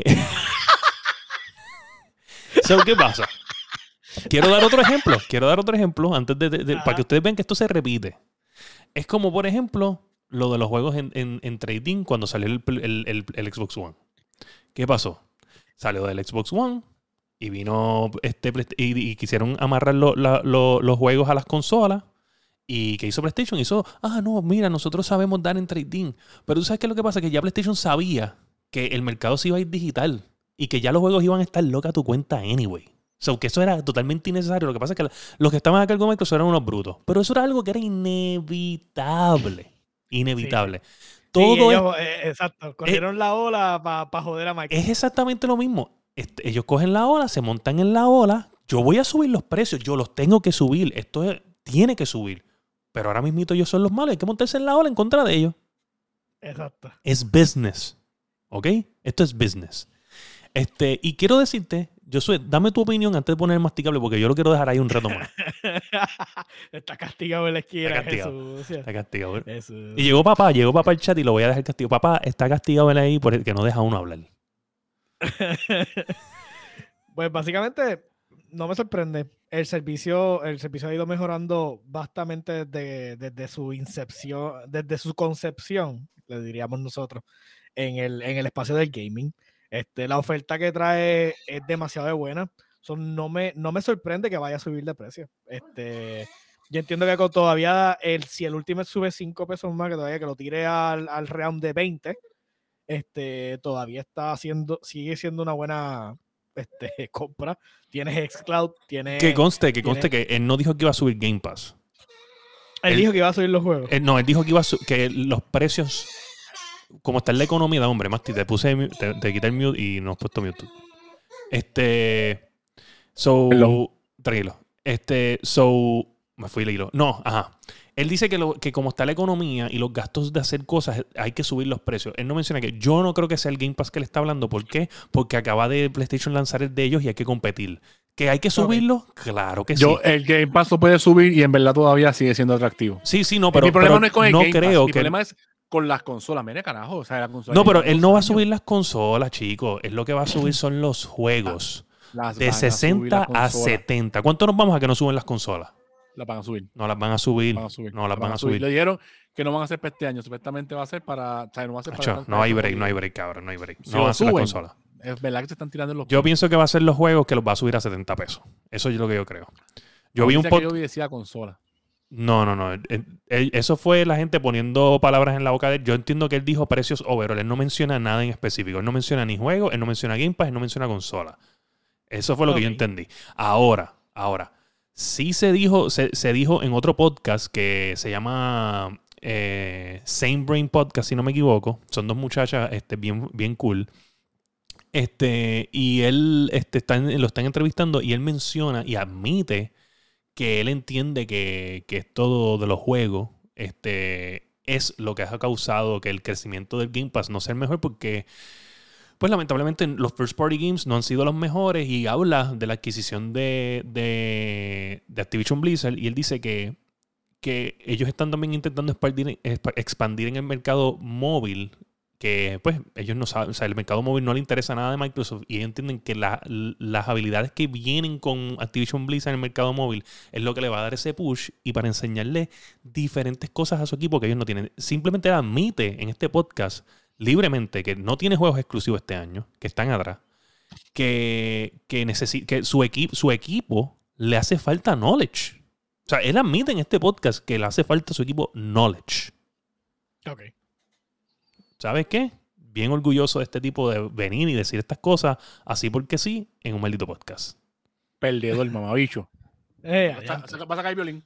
So, ¿qué pasa? Quiero dar otro ejemplo. Quiero dar otro ejemplo antes de, de- de- para que ustedes vean que esto se repite. Es como, por ejemplo, lo de los juegos en, en, en trading cuando salió el, el, el- el Xbox One. ¿Qué pasó? Salió del Xbox One y vino este Playst- y, y quisieron amarrar lo- la- lo- los juegos a las consolas. ¿Y qué hizo PlayStation? Hizo, ah, no, mira, nosotros sabemos dar en trading. Pero tú sabes qué es lo que pasa, que ya PlayStation sabía que el mercado se iba a ir digital y que ya los juegos iban a estar locos a tu cuenta anyway. So, que eso era totalmente innecesario. Lo que pasa es que la- los que estaban a cargo de Microsoft eran unos brutos. Pero eso era algo que era inevitable. Inevitable. Todo Sí, es, ellos, eh, exacto. Corrieron la ola para joder a Microsoft. es exactamente lo mismo. Este, ellos cogen la ola, se montan en la ola. Yo voy a subir los precios. Yo los tengo que subir. Esto es- tiene que subir. Pero ahora mismito ellos son los malos. Hay que montarse en la ola en contra de ellos. Exacto. Es business. ¿Ok? Esto es business. Este, y quiero decirte, yo soy, dame tu opinión antes de poner el masticable, porque yo lo quiero dejar ahí un rato más. Está castigado en la esquina. Está castigado. Jesús. Está castigado. ¿eh? Jesús. Y llegó papá, llegó papá al chat y lo voy a dejar castigado. Papá está castigado él ahí porque no deja a uno hablar. Pues básicamente no me sorprende. El servicio, el servicio ha ido mejorando bastante desde, desde su incepción, desde su concepción, le diríamos nosotros, en el, en el espacio del gaming. Este, la oferta que trae es demasiado buena. So, no, me, no me sorprende que vaya a subir de precio. Este, yo entiendo que con todavía el, si el Ultimate sube cinco pesos más, que todavía que lo tire al, al round de veinte, este, todavía está haciendo, sigue siendo una buena, este, compras. Tienes xCloud, tienes... Que conste, que tienes... conste que él no dijo que iba a subir Game Pass. Él, él dijo que iba a subir los juegos. Él, no, él dijo que iba a su que los precios, como está en la economía, de hombre, Masti, te puse, te, te quité el mute y no has puesto mute. Este, so, Hello. tranquilo. Este, so, me fui el hilo. No, ajá. Él dice que, lo, que como está la economía y los gastos de hacer cosas, hay que subir los precios. Él no menciona que yo no creo que sea el Game Pass que le está hablando. ¿Por qué? Porque acaba de PlayStation lanzar el de ellos y hay que competir. ¿Que hay que subirlo? Okay. Claro que yo, sí. El Game Pass lo puede subir y en verdad todavía sigue siendo atractivo. Sí, sí, no, pero... Mi problema pero no es con el no Game creo Pass. Mi que... problema es con las consolas. Mire, carajo. O sea, la consola no, pero él no va a años. subir las consolas, chicos. Él lo que va a subir son los juegos. Las de sesenta a, a setenta. ¿Cuánto nos vamos a que no suben las consolas? Las van a subir. No las van a subir. Van a subir. No las, las van, van a subir. subir. Le dijeron que no van a hacer para este año. Supuestamente va a ser para... O sea, no va a ser para... Acho, no hay break, no hay break, cabrón. No hay break. Si no van a hacer suben, las consolas. Es verdad que se están tirando los... Yo pienso que va a ser los juegos que los va a subir a setenta pesos. Eso es lo que yo creo. Yo no, vi un pod... Yo decía consola. No, no, no. Él, él, eso fue la gente poniendo palabras en la boca de él. Yo entiendo que él dijo precios overall. Él no menciona nada en específico. Él no menciona ni juego, él no menciona Game Pass, él no menciona consola. Eso fue lo okay. que yo entendí. Ahora, ahora, sí se dijo, se, se dijo en otro podcast que se llama eh, Same Brain Podcast, si no me equivoco. Son dos muchachas este, bien, bien cool. Este, y él este, está en, lo están entrevistando y él menciona y admite que él entiende que, que esto de los juegos este, es lo que ha causado que el crecimiento del Game Pass no sea el mejor porque... Pues lamentablemente los first party games no han sido los mejores y habla de la adquisición de, de, de Activision Blizzard y él dice que, que ellos están también intentando expandir, expandir en el mercado móvil, que pues ellos no saben, o sea, el mercado móvil no le interesa nada de Microsoft y ellos entienden que la, las habilidades que vienen con Activision Blizzard en el mercado móvil es lo que le va a dar ese push y para enseñarle diferentes cosas a su equipo que ellos no tienen. Simplemente admite en este podcast libremente que no tiene juegos exclusivos este año, que están atrás, que, que, necesi- que su, equi- su equipo le hace falta knowledge. O sea, él admite en este podcast que le hace falta a su equipo knowledge. Ok. ¿Sabes qué? Bien orgulloso de este tipo de venir y decir estas cosas así porque sí en un maldito podcast. Perdedor, mamabicho. Eh, ¿Vas a sacar el violín?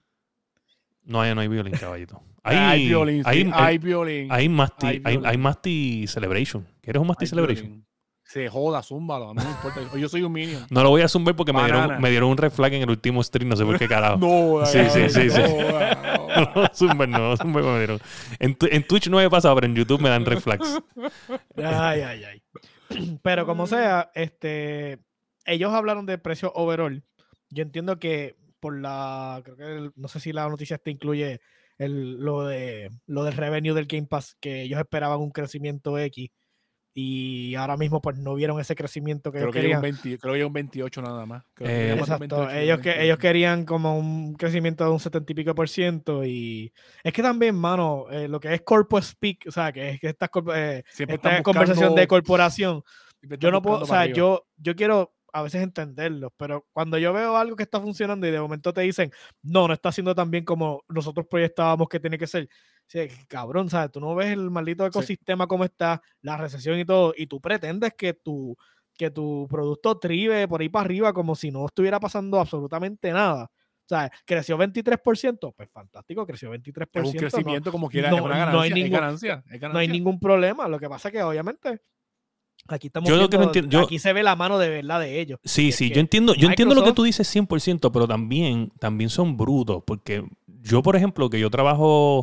No hay, no hay violín, caballito. Hay, hay violín, hay, sí, hay, hay violín. Hay Masti, hay, hay, hay Masti Celebration. ¿Quieres un Masti hay Celebration? Violín. Se joda, zúmbalo, no me importa. Yo soy un minion. No lo voy a zumbar porque me dieron, me dieron un red flag en el último stream, no sé por qué carajo. No, sí, ay, sí, sí, no, sí. no, no, no, zumbar, no, zumbar me dieron. En, en Twitch no me pasa, pero en YouTube me dan red flags. Ay, ay, ay. Pero como sea, este, ellos hablaron de precio overall. Yo entiendo que por la, creo que el, no sé si la noticia esta incluye el, lo de lo del revenue del Game Pass, que ellos esperaban un crecimiento X y ahora mismo pues no vieron ese crecimiento que creo ellos que querían. Un veinte, creo que un veintiocho nada más. Creo Eh, que Exacto. veintiocho, ellos, que, ellos querían como un crecimiento de un setenta y pico por ciento y es que también, mano, eh, lo que es corpo speak, o sea, que es que esta, eh, esta conversación de corporación, yo no puedo, o sea, yo, yo quiero a veces entenderlos, pero cuando yo veo algo que está funcionando y de momento te dicen, no, no está haciendo tan bien como nosotros proyectábamos que tiene que ser, o sea, cabrón, ¿sabes? Tú no ves el maldito ecosistema sí. Como está, la recesión y todo, y tú pretendes que tu, que tu producto tribe por ahí para arriba como si no estuviera pasando absolutamente nada. O sea, creció veintitrés por ciento, pues fantástico, creció veintitrés por ciento. Es un crecimiento no, como quiera, no, es una ganancia, no hay ningún, es ganancia, es ganancia. No hay ningún problema, lo que pasa es que obviamente aquí estamos yo viendo, lo que no entiendo, yo, aquí se ve la mano de verdad de ellos. Sí, sí, yo entiendo, yo Microsoft, entiendo lo que tú dices cien por ciento, pero también, también son brutos, porque yo, por ejemplo, que yo trabajo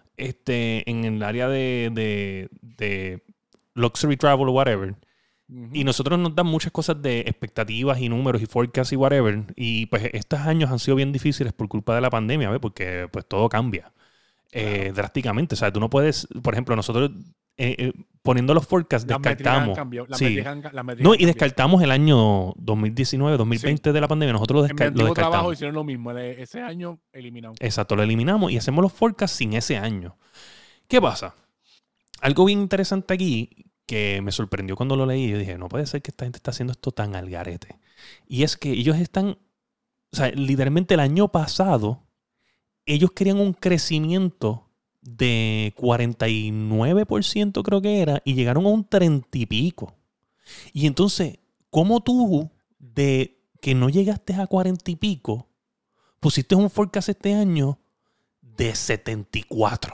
este, en el área de, de, de luxury travel o whatever, uh-huh. y nosotros nos dan muchas cosas de expectativas y números y forecasts y whatever, y pues estos años han sido bien difíciles por culpa de la pandemia, ¿ves? Porque pues todo cambia eh, claro. drásticamente. O sea, tú no puedes, por ejemplo, nosotros eh, eh, poniendo los forecasts las descartamos. Las sí. han, las no, y descartamos el año dos mil diecinueve, dos mil veinte sí. de la pandemia. Nosotros lo, desca- en mi lo descartamos. trabajo hicieron lo mismo. Ese año eliminamos. Exacto, lo eliminamos y hacemos los forecasts sin ese año. ¿Qué pasa? Algo bien interesante aquí que me sorprendió cuando lo leí. Yo dije, no puede ser que esta gente está haciendo esto tan al garete. Y es que ellos están, o sea, literalmente el año pasado, ellos querían un crecimiento de cuarenta y nueve por ciento creo que era, y llegaron a un treinta y pico. Y entonces, ¿cómo tú, de que no llegaste a cuarenta y pico, pusiste un forecast este año de setenta y cuatro?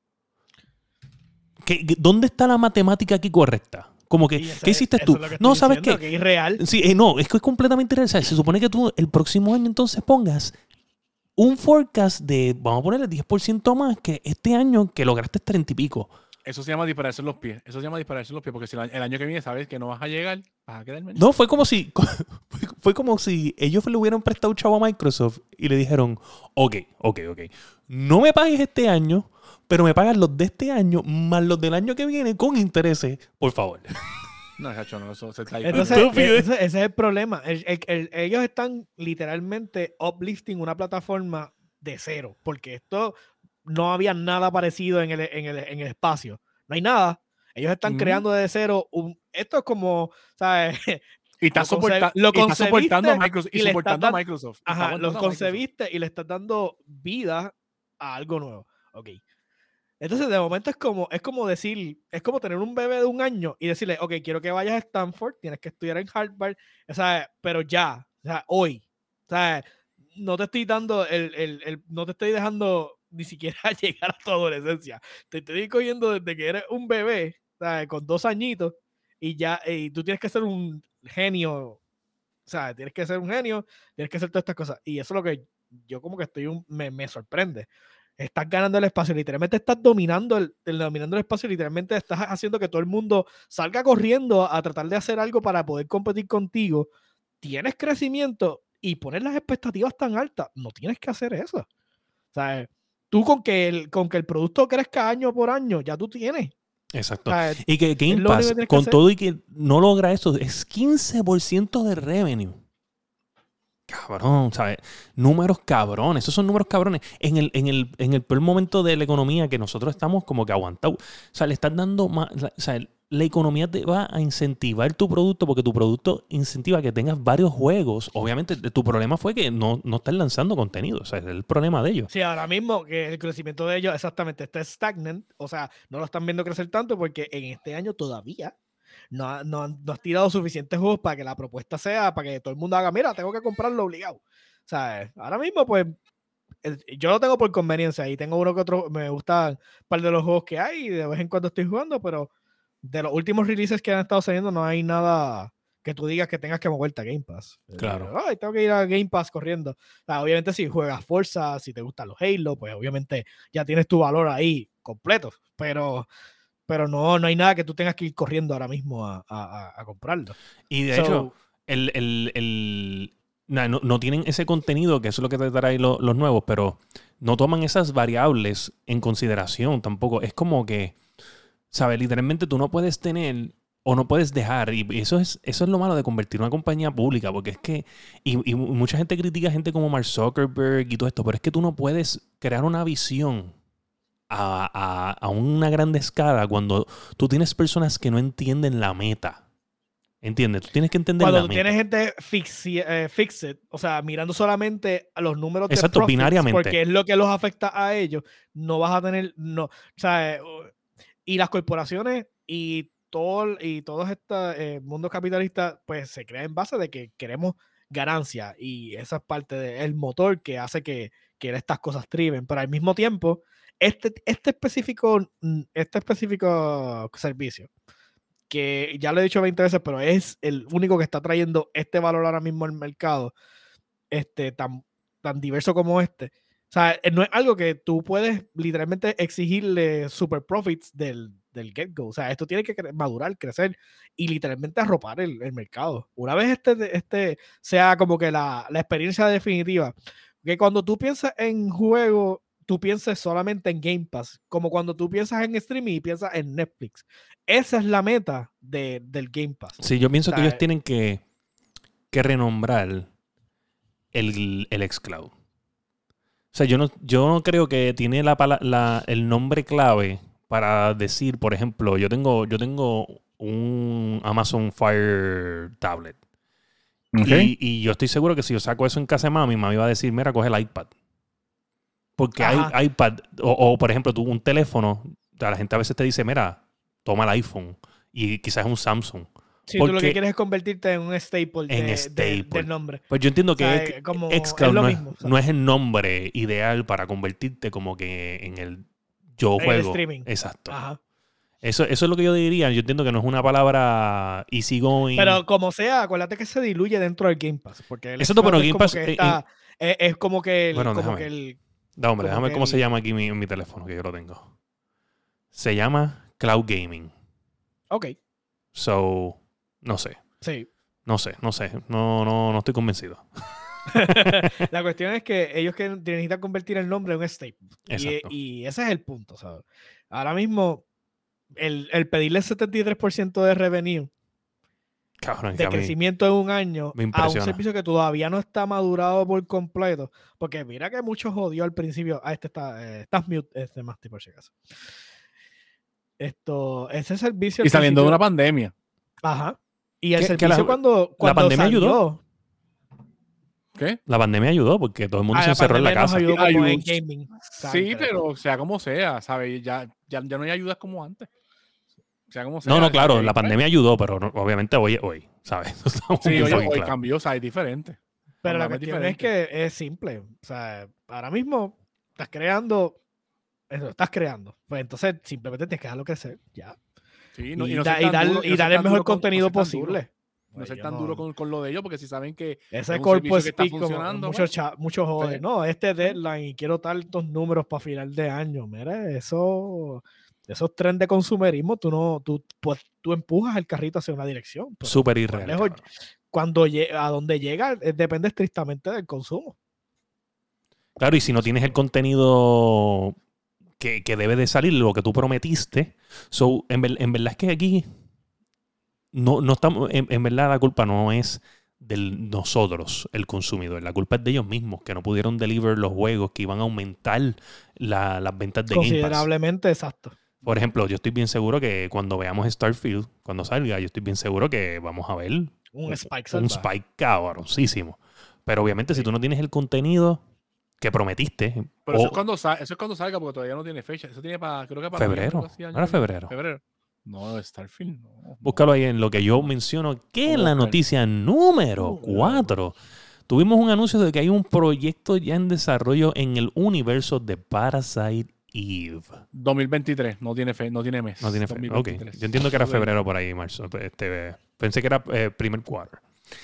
¿Qué, qué, ¿Dónde está la matemática aquí correcta? Como que, ese, ¿qué hiciste tú? Es no, ¿sabes qué? Que es irreal. Sí, eh, no, es que es completamente irreal. O sea, se supone que tú el próximo año entonces pongas un forecast de, vamos a ponerle diez por ciento más que este año que lograste treinta y pico. Eso se llama dispararse en los pies. Eso se llama dispararse en los pies. Porque si el año que viene sabes que no vas a llegar, vas a quedar menos. No, fue como si fue como si ellos le hubieran prestado chavo a Microsoft y le dijeron, ok, ok, ok, no me pagues este año, pero me pagas los de este año más los del año que viene con intereses, por favor. No, Hacho, no, eso se está Entonces, ese, ese es el problema. El, el, el, ellos están literalmente uplifting una plataforma de cero, porque esto no había nada parecido en el, en el, en el espacio. No hay nada. Ellos están mm. creando de cero. Un, esto es como, ¿sabes? Y está, soporta lo y está soportando a Microsoft. Y, y soportando a Microsoft. Ajá, lo concebiste Microsoft. Y le estás dando vida a algo nuevo. Ok. Entonces, de momento es como, es como decir, es como tener un bebé de un año y decirle, ok, quiero que vayas a Stanford, tienes que estudiar en Harvard, o sea, pero ya, o sea, hoy, o sea, no te estoy dando, el, el, el, no te estoy dejando ni siquiera llegar a tu adolescencia, te estoy cogiendo desde que eres un bebé, o sea, con dos añitos, y ya, y tú tienes que ser un genio, o sea, tienes que ser un genio, tienes que hacer todas estas cosas, y eso es lo que yo como que estoy, un, me, me sorprende. Estás ganando el espacio, literalmente estás dominando el, el, dominando el espacio, literalmente estás haciendo que todo el mundo salga corriendo a tratar de hacer algo para poder competir contigo. Tienes crecimiento y poner las expectativas tan altas, no tienes que hacer eso. O sea, tú con que el, con que el producto crezca año por año, ya tú tienes. Exacto. O sea, y que Game Pass, que con todo y que no logra eso, es quince por ciento de revenue. Cabrón, ¿sabes? Números cabrones. Esos son números cabrones. En el, en el, en el peor momento de la economía que nosotros estamos como que aguantados. O sea, le estás dando más... O sea, la economía te va a incentivar tu producto porque tu producto incentiva que tengas varios juegos. Obviamente, tu problema fue que no, no estás lanzando contenido. O sea, es el problema de ellos. Sí, ahora mismo que el crecimiento de ellos exactamente está stagnant. O sea, no lo están viendo crecer tanto porque en este año todavía... No, no, no has tirado suficientes juegos para que la propuesta sea, para que todo el mundo haga, mira, tengo que comprarlo obligado. O sea, ahora mismo, pues, el, yo lo tengo por conveniencia y tengo uno que otro, me gustan un par de los juegos que hay y de vez en cuando estoy jugando, pero de los últimos releases que han estado saliendo no hay nada que tú digas que tengas que moverte a Game Pass. Claro. Eh, Ay, tengo que ir a Game Pass corriendo. O sea, obviamente si juegas Forza, si te gustan los Halo, pues obviamente ya tienes tu valor ahí completo, pero... pero no, no hay nada que tú tengas que ir corriendo ahora mismo a, a, a comprarlo. Y de so, hecho, el, el, el, no, no tienen ese contenido, que eso es lo que te trae lo, los nuevos, pero no toman esas variables en consideración tampoco. Es como que, ¿sabes? Literalmente tú no puedes tener o no puedes dejar, y eso es, eso es lo malo de convertir una compañía pública, porque es que, y, y mucha gente critica a gente como Mark Zuckerberg y todo esto, pero es que tú no puedes crear una visión A, a, a una gran escala cuando tú tienes personas que no entienden la meta. ¿Entiendes? Tú tienes que entender cuando la tú meta. Tienes gente fixi, eh, fixed, o sea, mirando solamente a los números Exacto, de profits, binariamente. porque es lo que los afecta a ellos, no vas a tener, no, o sea, y las corporaciones y todo, y todo este eh, mundo capitalista, pues se crea en base de que queremos ganancia y esa es parte del motor que hace que, que estas cosas triben, pero al mismo tiempo Este, este, específico, este específico servicio, que ya lo he dicho veinte veces, pero es el único que está trayendo este valor ahora mismo al mercado, este, tan, tan diverso como este. O sea, no es algo que tú puedes literalmente exigirle super profits del, del get-go. O sea, esto tiene que madurar, crecer y literalmente arropar el, el mercado. Una vez este, este sea como que la, la experiencia definitiva, que cuando tú piensas en juego, tú piensas solamente en Game Pass, como cuando tú piensas en streaming y piensas en Netflix. Esa es la meta de, del Game Pass. Sí, yo pienso o sea, que ellos tienen que, que renombrar el, el xCloud. O sea, yo no, yo no creo que tiene la, la, el nombre clave para decir, por ejemplo, yo tengo, yo tengo un Amazon Fire Tablet. Okay. Y, y yo estoy seguro que si yo saco eso en casa de mami, mami va a decir, mira, coge el iPad. Porque hay iPad, o, o por ejemplo, tú un teléfono, la gente a veces te dice, mira, toma el iPhone, y quizás es un Samsung. Si tú lo Porque- que quieres es convertirte en un staple, En de- de- staple. del nombre. Pues yo entiendo O que sea, X- eh, como xCloud es lo no, mismo, es, o sea. no es el nombre ideal para convertirte como que en el yo En el juego. streaming. Exacto. Ajá. Eso, eso es lo que yo diría. Yo entiendo que no es una palabra easygoing. Pero como sea, acuérdate que se diluye dentro del Game Pass. Porque el Exacto, pero xCloud es Game como Pass, que eh, está- es, es como que el, Bueno, como déjame. que el No, hombre, como déjame ver que cómo se el- llama aquí mi- en mi teléfono, que yo lo tengo. Se llama Cloud Gaming. Ok, So, no sé. sí. No sé, no sé. No, no, no estoy convencido. La cuestión es que ellos que necesitan convertir el nombre en un staple. Y, Exacto. y ese es el punto, ¿sabes? Ahora mismo, el, el pedirle setenta y tres por ciento de revenue, Cabrón, que de a mí- crecimiento en un año, me a un impresiona. servicio que todavía no está madurado por completo. Porque mira que muchos jodió al principio. Ah, este está, eh, estás mute, este más por si acaso. Esto, ese servicio. Y al saliendo de principio- una pandemia. Ajá. Y el Que- que servicio la- cuando, cuando pandemia salió, ayudó. ¿Qué? La pandemia ayudó porque todo el mundo ah, se la encerró en la pandemia nos casa. ayudó como Ayudó. en gaming. Sí, ¿sabes? pero sea como sea, ¿sabes? Ya, ya, ya no hay ayudas como antes. Sea como sea. No, no, claro, ¿sabes? la pandemia ayudó, pero no- obviamente hoy es hoy, ¿sabes? Estamos Sí, bien oye, fucking hoy claros. cambió, o sea, es diferente. Pero la Hablamos cuestión es diferente. que es simple. O sea, ahora mismo estás creando, eso, estás creando. Pues entonces simplemente tienes que dejarlo crecer. Ya. Sí, no- y, no da- ser y tan dar, duro- y no ser dar el tan mejor duro con- no contenido ser tan duro. posible. No Pues ser yo tan no- duro con, con lo de ellos, porque si saben que Ese es un corpo servicio que está speak como funcionando, muchos pues, cha- muchos joder. sí. No, este deadline y quiero tantos números para final de año. Mira, eso, esos trends de consumerismo, tú no, tú, pues, tú empujas el carrito hacia una dirección. pero Súper cuán irreal. lejos- cabrón. cuando lle- a donde llega eh, depende estrictamente del consumo. Claro, y si no tienes el contenido que, que debe de salir, lo que tú prometiste, so, en, ver- en verdad es que aquí no, no estamos, en, en verdad la culpa no es de nosotros, el consumidor, la culpa es de ellos mismos, que no pudieron deliver los juegos que iban a aumentar la- las ventas de Game Pass. Considerablemente, exacto. Por ejemplo, yo estoy bien seguro que cuando veamos Starfield, cuando salga, yo estoy bien seguro que vamos a ver Un spike un salvaje. spike cabroncísimo. Pero obviamente si tú no tienes el contenido que prometiste, Pero o eso, es cuando sa- eso es cuando salga, porque todavía no tiene fecha. Eso tiene para, creo que para noviembre, febrero, algo así, ¿no año era que febrero? viene. Febrero. No, Starfield, no. no. Búscalo ahí en lo que yo menciono, que es la Buscar. noticia número Uh, cuatro. Tuvimos un anuncio de que hay un proyecto ya en desarrollo en el universo de Parasite Eve. dos mil veintitrés, no tiene fe, no tiene mes. No tiene fe. Ok, dos mil veintitrés. yo entiendo que era Ok. febrero por ahí, marzo. Este, pensé que era eh, primer quarter.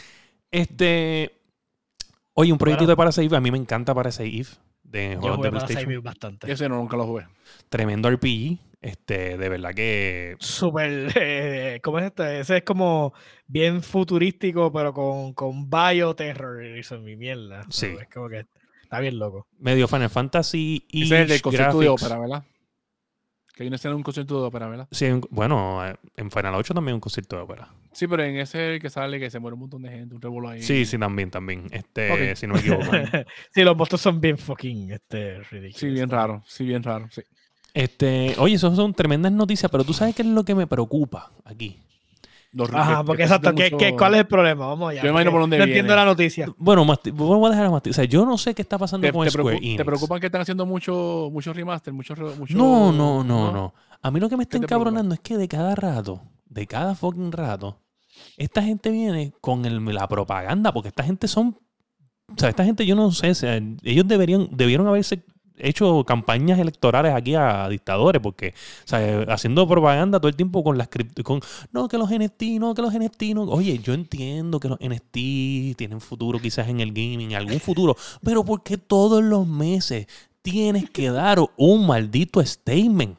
Este, oye, un proyectito Bueno. de Parasite Eve. A mí me encanta Parasite Eve de Yo juegos de jugué para PlayStation. Cyber bastante. Ese no, nunca lo jugué. Tremendo R P G. Este, de verdad que Súper, eh, ¿cómo es este? Ese es como bien futurístico, pero con, con bioterror y eso, mi mierda. Sí. Es como que está bien loco. medio Final Fantasy y Ese es el del concierto de graphics. ópera, ¿verdad? Que hay una escena de un concierto de ópera, ¿verdad? Sí, en- bueno, eh, en Final ocho también un concierto de ópera. Sí, pero en ese que sale que se muere un montón de gente, un revuelo ahí. Sí, sí, también, también. Este, Ok. si no me equivoco. Sí, los monstruos son bien fucking este, ridículos. Sí, bien raro, sí, bien raro, sí. Este, oye, eso son tremendas noticias, pero tú sabes qué es lo que me preocupa aquí. Los- Ajá, que- porque que exacto, existe ¿qué, qué, mucho- ¿cuál es el problema? Vamos allá. Yo me imagino porque por dónde no viene. entiendo la noticia. Bueno, Masti, vamos a dejar a Masti. O sea, yo no sé qué está pasando ¿Te, con te Square preocu- Enix. ¿Te preocupan que están haciendo mucho, mucho remaster? Mucho, re- mucho, No, no, no, no. A mí lo que me está ¿Qué te preocupa? encabronando es que de cada rato, de cada fucking rato, esta gente viene con el- la propaganda, porque esta gente son, o sea, esta gente yo no sé, o sea, ellos deberían, debieron haberse hecho campañas electorales aquí a dictadores, porque, o sea, haciendo propaganda todo el tiempo con las cripto, con, no, que los N F T, no, que los N F T, no. Oye, yo entiendo que los N F T tienen futuro quizás en el gaming, algún futuro, pero ¿por qué todos los meses tienes que dar un maldito statement?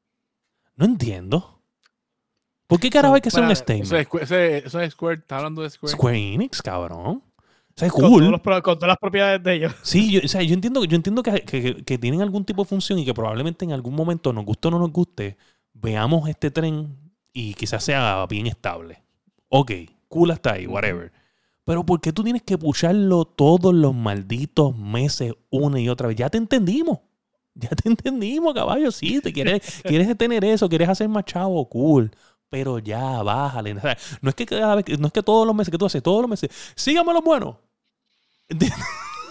No entiendo. ¿Por qué carajo So, hay que hacer un para- statement? Eso es, Square- ese- eso es Square, está hablando de Square. Square Enix, cabrón. O sea, es Con, todos cool. los pro- con todas las propiedades de ellos. Sí, yo, o sea, yo entiendo, yo entiendo que, que- que tienen algún tipo de función y que probablemente en algún momento, nos guste o no nos guste, veamos este tren y quizás sea bien estable. Ok, cool hasta ahí, whatever. Pero ¿por qué tú tienes que pucharlo todos los malditos meses una y otra vez? Ya te entendimos. Ya te entendimos, caballo. Sí, te quieres, quieres tener eso, quieres hacer más chavo, cool. Pero ya, bájale. O sea, no es que cada vez, que- no es que todos los meses que tú haces, todos los meses, sígame lo bueno. ¿Entiendes?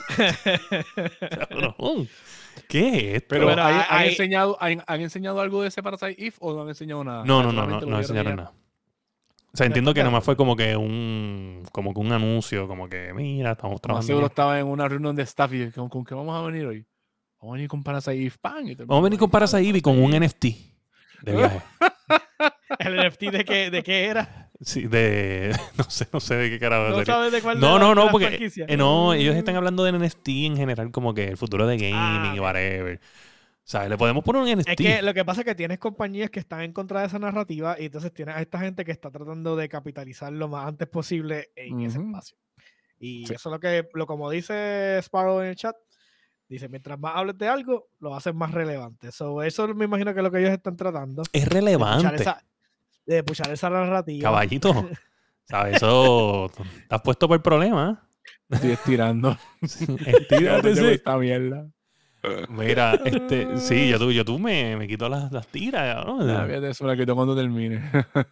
Cabrón, ¿qué es esto? Pero, Pero ¿han, hay- han hay- enseñado, han, han enseñado algo de ese Parasite Eve o no han enseñado nada? no, no, no, no, Solamente no lo enseñaron vieron nada. sea, entiendo que nomás fue como que un como que un anuncio, como que mira, estamos Más trabajando. seguro bien. estaba en una reunión de staff y ¿con, con qué vamos a venir hoy? Vamos a venir con Parasite Pan. Y todo el Vamos a mundo, venir con "Ay, Parasite Eve con un Parasite N F T de viaje. ¿El N F T de qué, de qué era? Sí, de no sé, no sé de qué carajo ¿No sería. sabes de cuál No, de no, la- no, de la porque franquicia? eh, no, ellos están hablando de N F T en general, como que el futuro de gaming Ah, y ok. whatever. ¿Sabes? Le podemos poner un N F T. Es que lo que pasa es que tienes compañías que están en contra de esa narrativa y entonces tienes a esta gente que está tratando de capitalizar lo más antes posible en ese Ujú. espacio. Y Sí. eso es lo que, lo como dice Sparrow en el chat, dice, mientras más hables de algo, lo haces más relevante. So, eso me imagino que es lo que ellos están tratando. Es De puchar relevante. esa, de puchar esa narrativa. Caballito. ¿Sabes? Eso. Te has puesto por el problema. Estoy estirando. Estírate, Ya no llevo sí. esta mierda. Mira, este, sí, yo tú, yo tú me, me quito las, las tiras, ¿no? Ya, fíjate, eso me la quito cuando termine.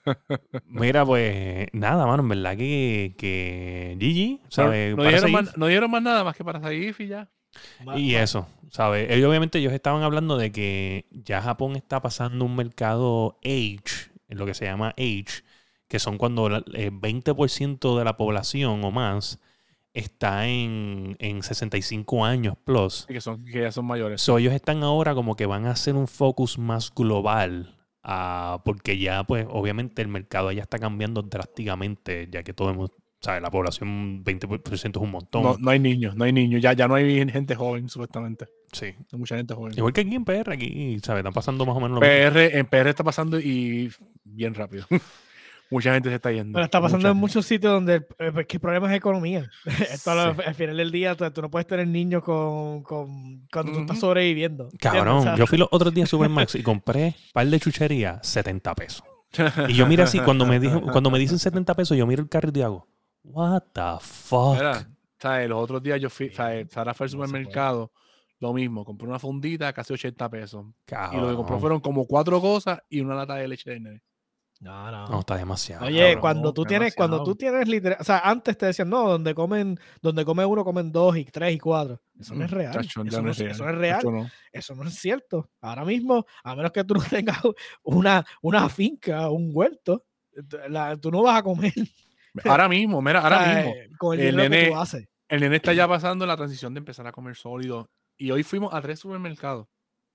Mira, pues nada, mano, en verdad que, que G G, ¿sabes? No, Para dijeron seguir. más, no dijeron más nada más que para seguir y ya. Ma- Y ma- eso, ¿sabes? Ellos obviamente ellos estaban hablando de que ya Japón está pasando un mercado age, en lo que se llama age, que son cuando la- el veinte por ciento de la población o más está en, en sesenta y cinco años plus. Y que, son, que ya son mayores. So, ellos están ahora como que van a hacer un focus más global, ah, porque ya pues obviamente el mercado ya está cambiando drásticamente, ya que todo el mundo, ¿sabes? La población veinte por ciento es un montón. No, no hay niños, no hay niños. Ya, ya no hay gente joven, supuestamente. Sí. Hay mucha gente joven. Igual que aquí en P R, aquí, ¿sabes? Están pasando más o menos lo mismo. P R, en P R está pasando y bien rápido. Mucha gente se está yendo. Pero está pasando Mucha en muchos sitios donde el, el- que el problema es economía. Esto a lo- Sí. al final del día tú, tú no puedes tener niños con, con, cuando tú estás Ujú. sobreviviendo. Cabrón, ¿entiendes? O sea, yo fui los otros días a Supermax y compré un par de chucherías, setenta pesos. Y yo miro así, cuando me, dijo, cuando me dicen setenta pesos, yo miro el carrito y hago, what the fuck? Mira, ¿sabes? Los otros días yo fui, ¿sabes? Sara fue al No se supermercado, lo mismo, compré una fundita casi ochenta pesos. Cabrón. Y lo que compró fueron como cuatro cosas y una lata de leche de nene. no, no. No, está demasiado. Oye, cabrón, cuando tú tienes, cuando demasiado. tú tienes literal, o sea, antes te decían, no, donde comen, donde come uno, comen dos y tres y cuatro. Eso no es real. Chacho, ya eso, no, es- real. eso no es real. Chacho, no. Eso no es cierto. Ahora mismo, a menos que tú no tengas una, una finca, un huerto, la- tú no vas a comer. Ahora mismo, mira, ahora o sea, mismo. eh, con el, el dinero que nene- tú haces. El nene está ya pasando la transición de empezar a comer sólido. Y hoy fuimos a tres supermercados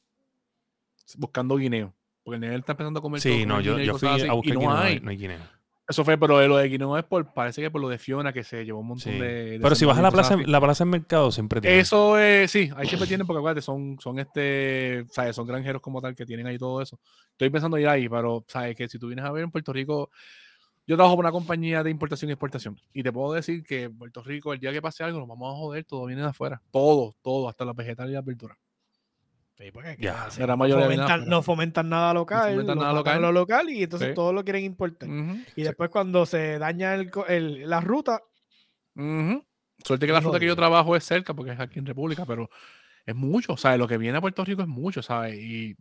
buscando guineo. Porque el nene está empezando a comer todo, Sí, comer no, yo, guineo y yo fui cosas así, a buscar y no guineo, hay. no hay guineo. Eso fue, pero lo de guineo es por, parece que por lo de Fiona, que se llevó un montón Sí. de, de Pero si vas a la semillas y plaza, cosas así. la plaza en mercado siempre tiene. Eso es, sí, ahí siempre tienen, porque acuérdate, son, son este, ¿sabes? Son granjeros como tal que tienen ahí todo eso. Estoy pensando ir ahí, pero sabes que si tú vienes a ver en Puerto Rico, yo trabajo por una compañía de importación y exportación. Y te puedo decir que en Puerto Rico, el día que pase algo, nos vamos a joder, todo viene de afuera. Todo, todo, hasta los vegetales y las verduras. Sí, porque Ya, ¿qué hacen? la gran no, mayoría viene fomentan, afuera. no fomentan nada local, fomentan lo nada matan a local. lo local y entonces Sí. todo lo quieren importar. Ujú, Y sí. después cuando se daña el, co- el- la ruta, Ujú. Suerte que la Muy fruta que yo jodido. trabajo es cerca, porque es aquí en República, pero es mucho, ¿sabes? Lo que viene a Puerto Rico es mucho, ¿sabes? Y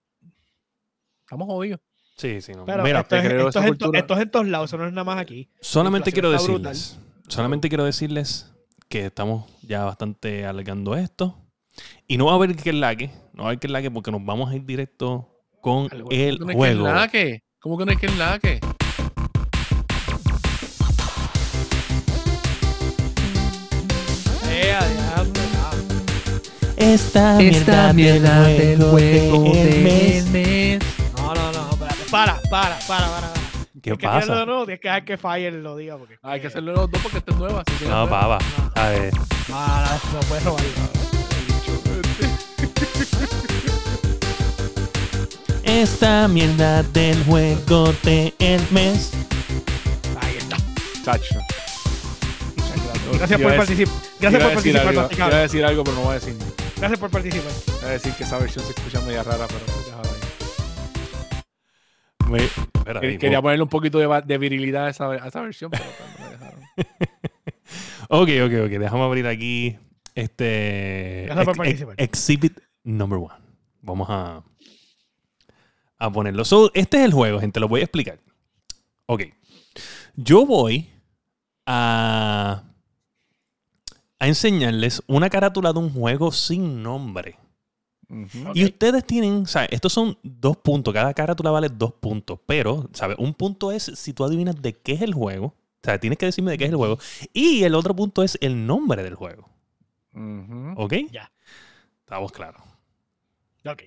estamos jodidos. Sí, sí, no. pero Mira, esto, te es, creo esto, esa es en to- cultura. esto es en todos lados, eso no es nada más aquí. solamente la quiero inflación está decirles, solamente quiero decirles que estamos ya bastante alargando esto. Y no va a haber que lague, no va a haber que lague porque nos vamos a ir directo con Al juego. el ¿Cómo que no hay juego. que enlaque? ¿Cómo que no hay que enlaque? Eh, adiante, ya. Esta mierda, mierda del juego del mes. mes. No, no, no, espérate. Para, para, para, para. para. ¿Qué Tienes que tirarlo de pasa? nuevo, tienes que dejar que Fire lo diga. Porque, Hay que hacerlo los dos porque esta es nueva. así que No, no- pava. A ver. Ah, no puedes robar. Esta mierda del juego del mes. Ahí está. Chacho. Gracias Iba por a decir- participar. iba Gracias a por decir participar, algo, masticable. iba a decir algo, pero no voy a decir nada. Gracias por participar. Voy a decir que esa versión se escucha media rara, pero pues déjala ahí. Me- espera, Que- ahí, Quería po- ponerle un poquito de, va- de virilidad a esa, a esa versión, pero pues, no me dejaron. Ok, ok, ok. Déjame abrir aquí este Gracias por ex- participar. ex- exhibit number one. Vamos a, a ponerlo. So, este es el juego, gente. Lo voy a explicar. Ok. Yo voy a, a enseñarles una carátula de un juego sin nombre. Uh-huh. Y ustedes tienen, ¿sabes? Estos son dos puntos. Cada carátula vale dos puntos. Pero, ¿sabes? Un punto es si tú adivinas de qué es el juego. O sea, tienes que decirme de qué es el juego. Y el otro punto es el nombre del juego. Uh-huh. ¿Ok? Ya. Estamos claros. Ok.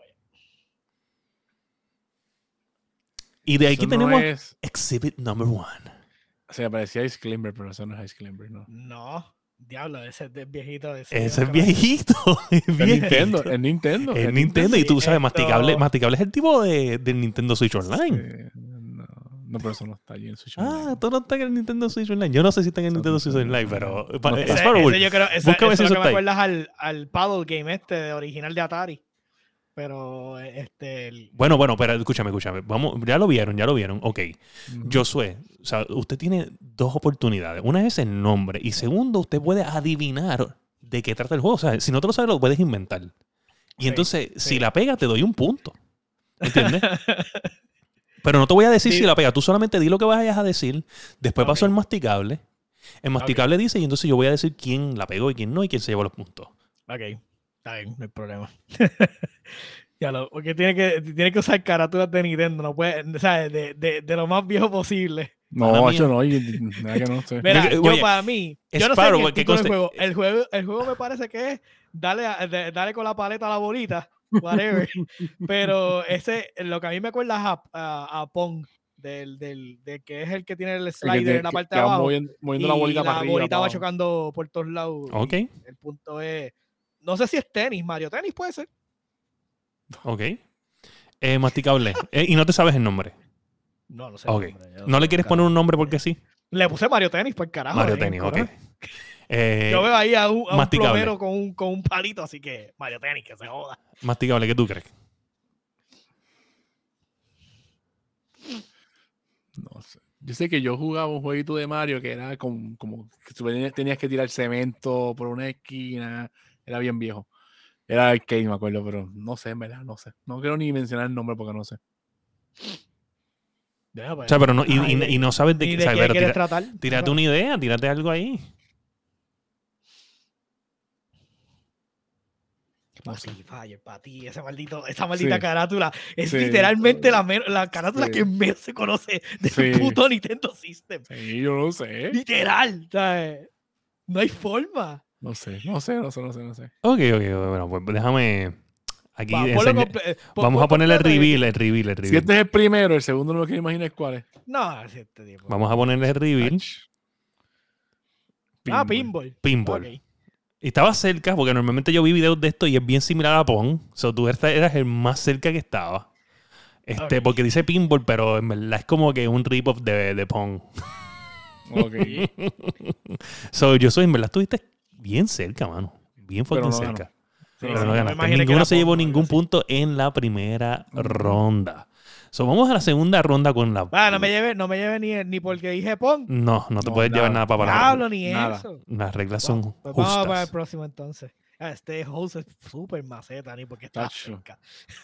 Y de aquí Eso tenemos no es... Exhibit Number One. O sea, parecía Ice Climber, pero eso no es Ice Climber, ¿no? No. Diablo, ese es viejito. Ese, Ese es viejito. Es Es viejito. Nintendo, es Nintendo. Es Nintendo. Y tú sabes, Esto- Masticable, Masticable es el tipo de, del Nintendo Switch Online. Eh, no, no, pero eso no está allí en Switch Ah, Online. tú no estás en el Nintendo Switch Online. Yo no sé si está en el Nintendo Switch Online, pero... No, es Ese, Sparrow. ese yo creo, ese, Búscame eso si es eso lo que me está ahí. acuerdas al, al Paddle Game este de original de Atari. Pero este... el- Bueno, bueno, pero escúchame, escúchame. Vamos, ya lo vieron, ya lo vieron. Ok. Ujú. Josué, o sea, usted tiene dos oportunidades. Una es el nombre. Y segundo, usted puede adivinar de qué trata el juego. O sea, si no te lo sabes, lo puedes inventar. Y Sí, entonces, sí. si la pega, te doy un punto. ¿Entiendes? Pero no te voy a decir Sí. si la pega. Tú solamente di lo que vayas a decir. Después Ok. paso el masticable. El masticable dice y entonces yo voy a decir quién la pegó y quién no y quién se llevó los puntos. Ok, está bien, no hay problema. Ya lo, porque tiene que, tiene que usar carátulas de Nintendo, no puede, o sea, de, de, de lo más viejo posible. No, Mala macho, mía. no. y- Nada que no sé. Mira, Oye, yo para mí, yo no sé Sparrow, ni el ¿qué título del conste- juego. El juego. El juego me parece que es darle, a- de- darle con la paleta a la bolita, whatever. Pero ese, lo que a mí me acuerda es a, a, a Pong, del, del, del que es el que tiene el El que slider te- en la que- parte que de va abajo. moviendo, moviendo Y la bolita para arriba. bolita para va abajo. chocando por todos lados. y Ok. El punto es, no sé si es tenis, Mario Tenis puede ser. Ok. Eh, masticable. Eh, y no te sabes el nombre. No, no sé. Ok. el nombre, yo ¿No sé le el quieres carajo. poner un nombre porque sí? Le puse Mario Tenis por carajo. Mario en el Tennis, ok. corazón. Eh, Yo veo ahí a un, a un masticable. plomero con un, con un palito, así que Mario Tenis, que se joda. Masticable, ¿qué tú crees? No sé. Yo sé que yo jugaba un jueguito de Mario que era como, como que tú tenías- tenías que tirar cemento por una esquina. Era bien viejo. Era arcade, me acuerdo, pero no sé, en verdad, no sé. No quiero ni mencionar el nombre porque no sé. Ya, pues, O sea, pero no, y, ay, y- de- y no sabes de ¿y qué. de o sea, qué pero quieres tira- tratar? tírate una idea, tírate algo ahí. No Para sé. ti, Fire, para ti, ese maldito, esa maldita Sí. carátula. Es Sí. literalmente la, men- la carátula Sí. que menos se conoce del Sí. puto Nintendo System. Sí, yo no sé. Literal, ¿sabes? No hay forma. No sé, no sé, no sé, no sé, no sé. Ok, ok, bueno, pues déjame. Aquí Va, ponlo enseña- comple- eh, pon- Vamos pon a ponerle el completo y- reveal, el reveal, el Si reveal. este es el primero, el segundo no lo quiero imaginar cuál es. No, si este tipo. Vamos a ponerle el reveal. Ach. Ah, Pinball. pinball. Pinball. Ok. Y estaba cerca, porque normalmente yo vi videos de esto y es bien similar a Pong. O sea, tú eras eras el más cerca que estaba. Este, Ok. porque dice pinball, pero en verdad es como que un rip-off de, de Pong. Ok. So, yo soy, en verdad, estuviste bien cerca, mano. Bien fucking Pero no cerca. ganó. Pero sí, no me ganaste. imaginé que Ninguno era se llevó Pong o algo ningún así. punto en la primera Ujú. ronda. So, vamos a la segunda ronda con la... Ah, no me lleve, no me lleve ni, ni porque dije Pong. No, no te No, puedes llevar nada. nada para la Diablo, ni Nada. eso. Las reglas son Pues vamos para el justas. próximo entonces. Ah, este host es súper maceta, ni porque está Tacho. cerca.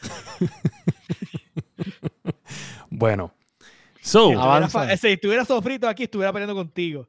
Bueno. So, Si estuviera, Avanza. fa- si estuviera sofrito aquí, estuviera peleando contigo.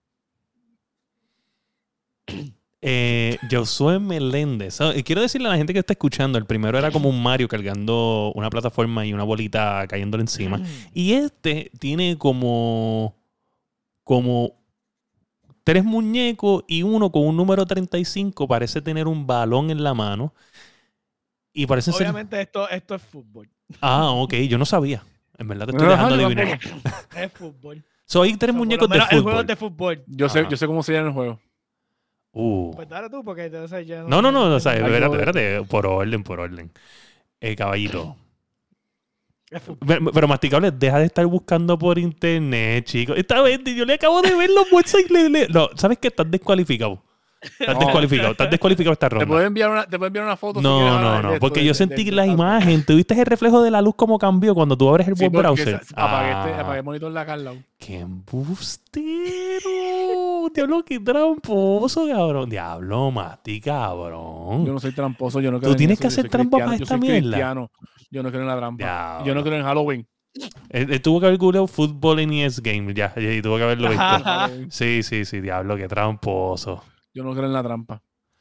eh, Josué Meléndez. So, y quiero decirle a la gente que está escuchando, el primero era como un Mario cargando una plataforma y una bolita cayéndole encima. Y este tiene como... como tres muñecos y uno con un número treinta y cinco parece tener un balón en la mano. Y parece ser... Obviamente esto, esto es fútbol. Ah, ok. Yo no sabía. En verdad te estoy Ajá, dejando yo adivinar. Es fútbol. So, hay tres O sea, por muñecos lo de menos el juego fútbol. es de fútbol. Yo sé, Ajá. yo sé cómo se llama el juego. Uh. Pues dale tú, porque entonces yo No, no, no. O sea, Ay, espérate, yo- espérate. Por orden, por orden. Eh, caballito. Es fútbol. Pero, pero Masticable, deja de estar buscando por internet, chicos. Esta vez yo le acabo de ver los websites. le- le- No, ¿sabes qué? Estás descualificado. Estás No. descualificado. Estás descualificado esta Te ronda. puedo enviar una, te puedo enviar una foto. si quieres No, ahora no, de no. esto, Porque de- yo de- sentí de- que la de- imagen, ¿tuviste el reflejo de la luz como cambió cuando tú abres el Sí, web porque browser? sa- apagué, este, Ah, apagué el monitor de la Carla. ¡Qué embustero! Diablo, qué tramposo, cabrón. Diablo, Masti, cabrón. Yo no soy tramposo, yo no Tú creo en tienes eso, que yo hacer soy trampa para cristiano, yo esta soy mierda. cristiano, Yo no creo en la trampa. Diablo. Yo no creo en Halloween. Él, él tuvo que haber googleado fútbol en E S Game. Ya, ya, y tuvo que haberlo visto. Ajá. Sí, sí, sí, diablo, qué tramposo. Yo no creo en la trampa.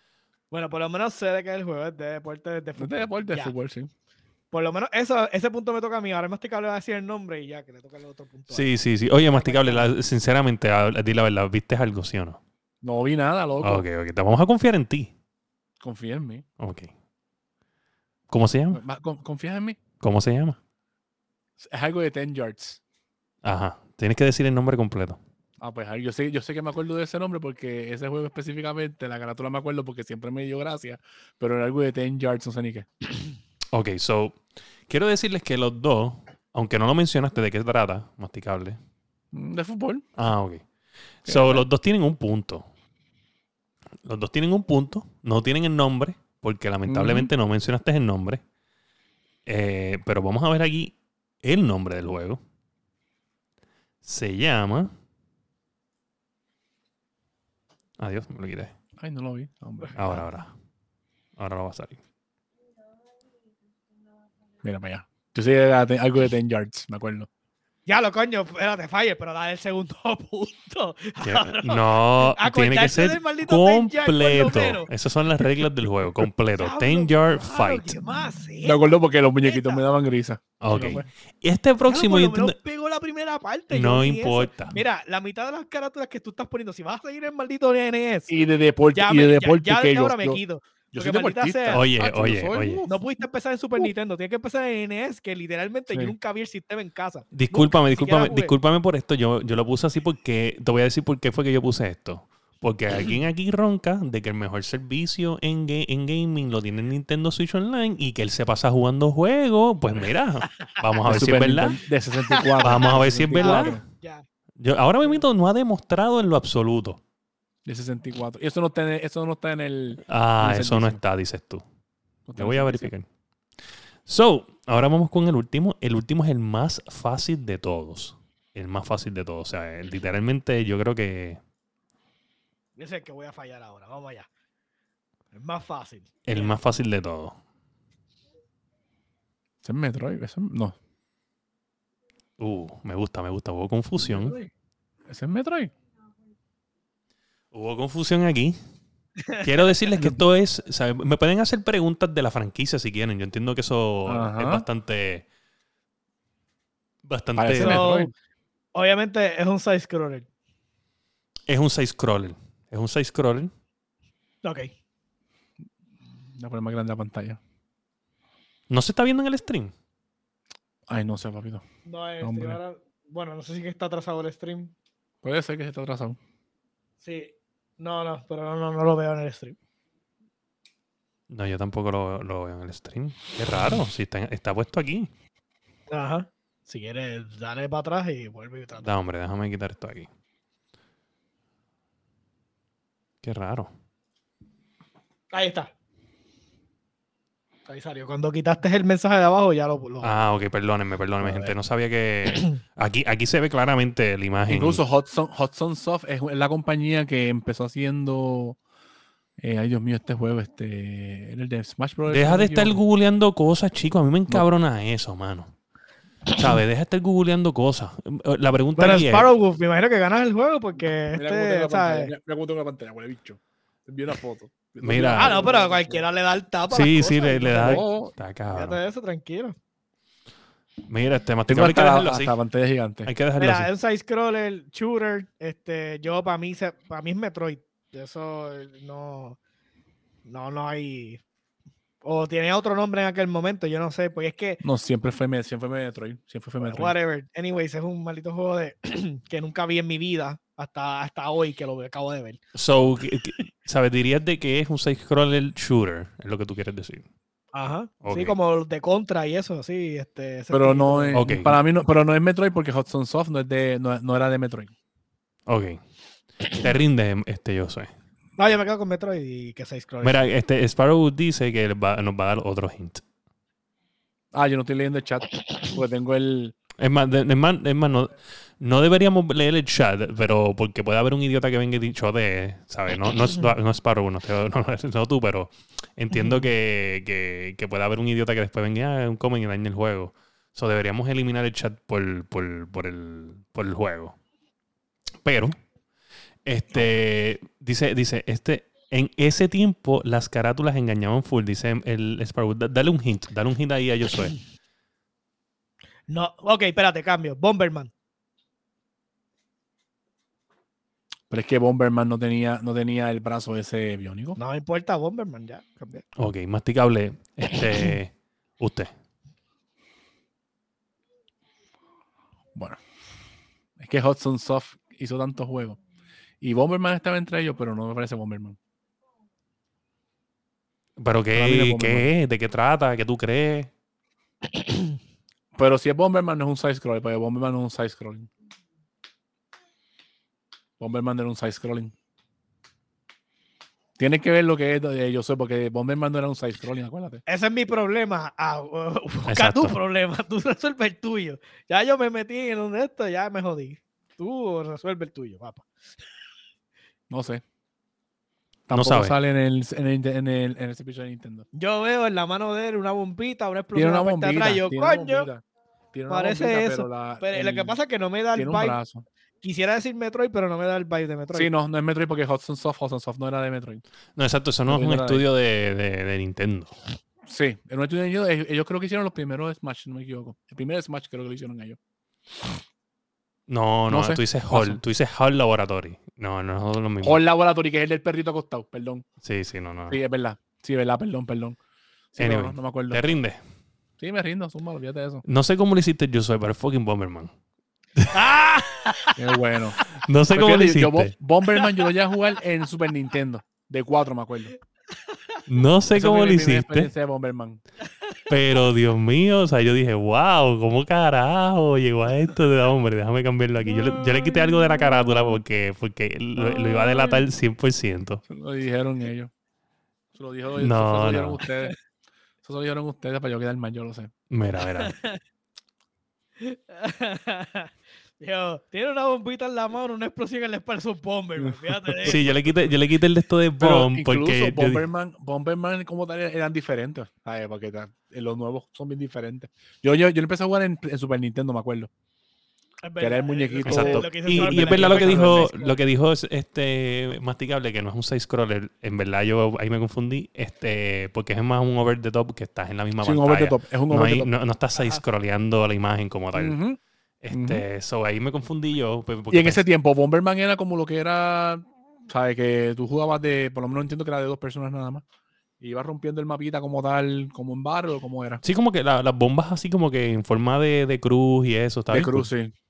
Bueno, por lo menos sé de que el juego es de deporte, de No fútbol. es de deporte, de Ya. fútbol, sí. Por lo menos eso, ese punto me toca a mí. Ahora Masticable va a decir el nombre y ya, que le toca el otro punto. Sí, sí, sí. Oye, Masticable, la- sinceramente, a- di la verdad, ¿viste algo, sí o no? No vi nada, loco. Ok, ok. Te vamos a confiar en ti. Confía en mí. Ok. ¿Cómo se llama? Ma- con- ¿Confías en mí? ¿Cómo se llama? Es algo de ten yards. Ajá. Tienes que decir el nombre completo. Ah, pues yo sé, yo sé que me acuerdo de ese nombre porque ese juego específicamente, la carátula me acuerdo porque siempre me dio gracia, pero era algo de ten yards, no sé ni qué. Ok, so, quiero decirles que los dos, aunque no lo mencionaste de qué trata, Masticable. Mm, De fútbol. Ah, ok. So, los dos tienen un punto. Los dos tienen un punto. No tienen el nombre, porque lamentablemente no mencionaste el nombre. Eh, pero vamos a ver aquí el nombre del juego. Se llama... Adiós, me lo quité. Ay, no lo vi. Hombre. Ahora, ahora. Ahora lo va a salir. Mira para allá. Yo sé que era te- algo de ten yards, me acuerdo. Ya lo coño, espérate, falle, pero da el segundo punto. Que- Ahora, No, tiene que acordarse ser del maldito ten yard, por lo completo. menos. Esas son las reglas del juego. Completo. Diablo, ten yard claro, fight. ¿qué más? Me acuerdo porque los muñequitos me daban grisa. Ok. Pero, pues, Este próximo... Claro, yo por lo menos entiendo- pegó la primera parte. No yo ni eso. importa. Mira, la mitad de las carátulas que tú estás poniendo, si vas a seguir en maldito N S, Y de deporte, ya, y de me- ya- deporte ya que de yo, ahora me yo, quito. yo Porque soy maldita deportista. sea. Oye, Ah, yo oye, soy, oye. uh, No pudiste empezar en Super Nintendo, tienes que empezar en N E S, que literalmente Sí. yo nunca vi el sistema en casa. Discúlpame, Nunca, ni siquiera discúlpame, jugué. discúlpame por esto. Yo, yo lo puse así porque te voy a decir por qué fue que yo puse esto. Porque alguien aquí ronca de que el mejor servicio en, ga- en gaming lo tiene Nintendo Switch Online y que él se pasa jugando juegos. Pues mira, vamos a de ver si es Super verdad. Nintendo, de sesenta y cuatro. Vamos a ver si es sesenta y verdad. cuatro, Ya. Yo, ahora mismo no ha demostrado en lo absoluto. De sesenta y cuatro. Y eso no está en el, eso no está en el. Ah, en el eso no servicio. está, dices tú. no está Le en voy el a servicio. verificar. So, ahora vamos con el último. El último es el más fácil de todos. El más fácil de todos. O sea, literalmente yo creo que Yo sé que voy a fallar ahora, vamos allá. Es más fácil. el más fácil de todos. ¿Ese es Metroid? ¿Ese es- no. Uh, me gusta, me gusta. Hubo confusión. ¿Ese es Metroid? Hubo confusión aquí. Quiero decirles que esto es... ¿sabes? Me pueden hacer preguntas de la franquicia si quieren. Yo entiendo que eso Ajá. es bastante... Bastante... Parece So, Metroid. obviamente es un side-scroller. Es un side-scroller. Es un side-scroller. Ok. Voy a poner más grande la pantalla. ¿No se está viendo en el stream? Ay, no sé, papito. No, el Hombre. stream ahora- bueno, no sé si que está atrasado el stream. Puede ser que se está atrasado. Sí. No, no, pero no, no, no lo veo en el stream. No, yo tampoco lo, lo veo en el stream. Qué raro. Si está, está puesto aquí. Ajá. Si quieres, dale para atrás y vuelve y trata. Da, hombre, déjame quitar esto aquí. Qué raro. Ahí está. Ahí salió. Cuando quitaste el mensaje de abajo, ya lo. lo- Ah, ok, perdónenme, perdónenme, A gente. ver. No sabía que... Aquí, aquí se ve claramente la imagen. Incluso Hudson, Hudson Soft es la compañía que empezó haciendo. eh, ay, Dios mío, este juego, este. era el de Smash Bros. si Deja no de me estar equivoco. googleando cosas, chicos. A mí me encabrona eso, mano. ¿Sabes? Deja de estar googleando cosas. La pregunta Bueno, aquí es... Sparrow Wolf, me imagino que ganas el juego porque Mira cómo tengo este, la ¿sabes? pantalla. Mira cómo tengo la pantalla, huele bicho. Te envío una foto. Mira. Ah, no, pero a cualquiera le da el tapa. Sí, sí, le, le da... No, Está Fíjate cabrón. de eso, tranquilo. Mira, este tengo masticable hay que hasta, dejarlo la- así. hasta pantalla gigante. Hay que dejarlo Mira, así. es un side-scroller, shooter. Este, yo, para mí, se- para mí es Metroid. Eso eh, no. No, no hay. O tenía otro nombre en aquel momento, yo no sé. Porque es que. No, siempre fue, Me- siempre fue Metroid. Siempre fue Metroid. Whatever. Anyways, es un maldito juego de que nunca vi en mi vida hasta, hasta hoy que lo acabo de ver. So, ¿qué- qué- ¿sabes? Dirías de que es un side-scroller shooter, es lo que tú quieres decir. Ajá. Ok. Sí, como los de Contra y eso, sí. Este, ese Pero estilo. no es, Ok. para mí no, pero no es Metroid porque Hudson Soft no es de, no, no era de Metroid. Ok. Te rinde, este, yo sé. No, yo me quedo con Metroid y que side-scroller. Mira, este Sparrow dice que va- nos va a dar otro hint. Ah, yo no estoy leyendo el chat porque tengo el. Es más, de- es más, es más, no, no deberíamos leer el chat, pero porque puede haber un idiota que venga y dicho de, ¿sabes? No, no, es, no es Sparrow, no, no, no, no tú, pero entiendo que, que, que puede haber un idiota que después venga ah, un comment y dañe el juego. So, deberíamos eliminar el chat por, por, por, el, por el juego. Pero, este, dice, dice, este, En ese tiempo, las carátulas engañaban full, dice el Sparrow. Da- Dale un hint, dale un hint ahí a Josué. No, ok, espérate, cambio. Bomberman. Pero es que Bomberman no tenía, no tenía el brazo ese biónico. No me importa, Bomberman, ya. Cambié. Ok, masticable. Este, usted. Bueno. Es que Hudson Soft hizo tantos juegos. Y Bomberman estaba entre ellos, pero no me parece Bomberman. ¿Pero Para mí no es qué, Bomberman. qué es? ¿De qué trata? ¿Qué tú crees? Pero si es Bomberman, no es un side-scroller, porque Bomberman no es un side-scrolling. Bomberman no era un side-scrolling. Tienes que ver lo que es, eh, yo sé, porque Bomberman no era un side-scrolling, acuérdate. Ese es mi problema. Ah, uh, busca Exacto. tu problema. Tú resuelve el tuyo. Ya yo me metí en un de esto, ya me jodí. Tú resuelve el tuyo, papá. No sé. No Tampoco sabe. sale en el, en el, en el, en el servicio de Nintendo. Yo veo en la mano de él una bombita, una Tiene explosión una en la parte de bombita. atrás. Yo, tiene una coño, bombita, tiene una parece bombita, eso. Pero, la, pero lo que el- pasa es que no me da el tiene un vibe. brazo. Quisiera decir Metroid, pero no me da el vibe de Metroid. Sí, no, no es Metroid porque Hudson Soft, Hudson Soft no era de Metroid. No, exacto, eso no es Pero un era de- estudio de, de, de Nintendo. Sí, en un estudio de ellos, ellos, ellos creo que hicieron los primeros Smash, si no me equivoco. El primer Smash creo que lo hicieron ellos. No, no, No sé. tú dices Paso. Hall, tú dices Hall Laboratory. No, no es lo mismo. Hall Laboratory, que es el del perrito acostado, perdón. Sí, sí, no, no. Sí, es verdad. Sí, es verdad, perdón, perdón. Sí, Anyway, no, no, no me acuerdo. ¿Te rinde? Sí, me rindo, suma, olvídate de eso. No sé cómo lo hiciste yo soy, pero es fucking Bomberman. ¡Ah! Qué bueno. No sé Pues cómo lo fíjate, yo, hiciste. Bo- Bomberman yo lo llegué a jugar en Super Nintendo. De cuatro, me acuerdo. No sé Esa cómo fue lo mi primera hiciste, experiencia de Bomberman. pero Dios mío, o sea, yo dije, wow, ¿cómo carajo llegó a esto? De hombre, déjame cambiarlo aquí. Yo le, yo le quité algo de la carátula porque, porque lo, lo iba a delatar cien por ciento. Eso lo dijeron ellos. Eso lo, dijo, No, eso lo dijeron no. ustedes. Eso lo dijeron ustedes para yo quedar mal, yo lo sé. Mira, mira. Yo, tiene una bombita en la mano, una explosión en la espalda, es un Bomberman. Fíjate de Sí, yo le quité, yo le quité el de esto de Pero Bomb incluso porque... yo dije- Bomberman, Bomberman como tal eran diferentes, ¿sabes? Porque ta- los nuevos son bien diferentes. Yo, yo, yo lo empecé a jugar en, en Super Nintendo, me acuerdo. Es que era el verdad, muñequito. lo que- Exacto. lo que hizo Y, Sonic y es en verdad la lo que época dijo, de los lo que dijo es este masticable, que no es un side scroller. En verdad yo ahí me confundí, este, porque es más un over the top que estás en la misma Sí, un pantalla. over the top. Es un No, over hay- the top. no, no estás side Ajá. scrolleando la imagen como tal. Ujú. Este, so ahí me confundí yo. pues, porque Y en pensé- ese tiempo, Bomberman era como lo que era, ¿sabes? Que tú jugabas de, por lo menos entiendo que era de dos personas nada más. Y ibas rompiendo el mapita como tal, como en barrio, como era. Sí, como que la- las bombas así como que en forma de, de cruz y eso. Está De bien cruz, cool. sí.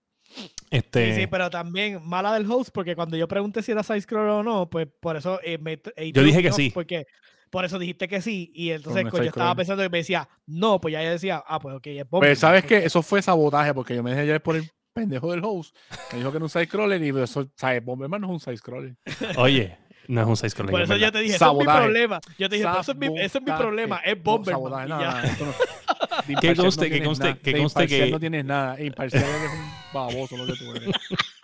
Este, Sí, sí, pero también mala del host, porque cuando yo pregunté si era side-scroller o no, pues por eso eh, me eh, Yo dije threw me que off, sí. Porque por eso dijiste que sí, y entonces Con el pues, yo estaba side-scroller. pensando que me decía no, pues ya yo decía, ah, pues ok, es Pues, Bomberman. ¿sabes Pues, qué? Eso fue sabotaje, porque yo me dejé llevar por el pendejo del host, que dijo que era un side-scroller, y eso, ¿sabes? Bomberman no es un side-scroller. oye, no es un side scroller. Por eso yo te dije, eso es mi Sabotaje. problema. Yo te dije, eso es mi, ese es mi Sabotaje. problema, es Bo- Bomberman. sabotaje, y no, ya. no, esto no- de Que imparcial conste, no que tienes conste, nada. que De conste imparcial que- no tienes nada. Imparcial eres un baboso lo que tú eres.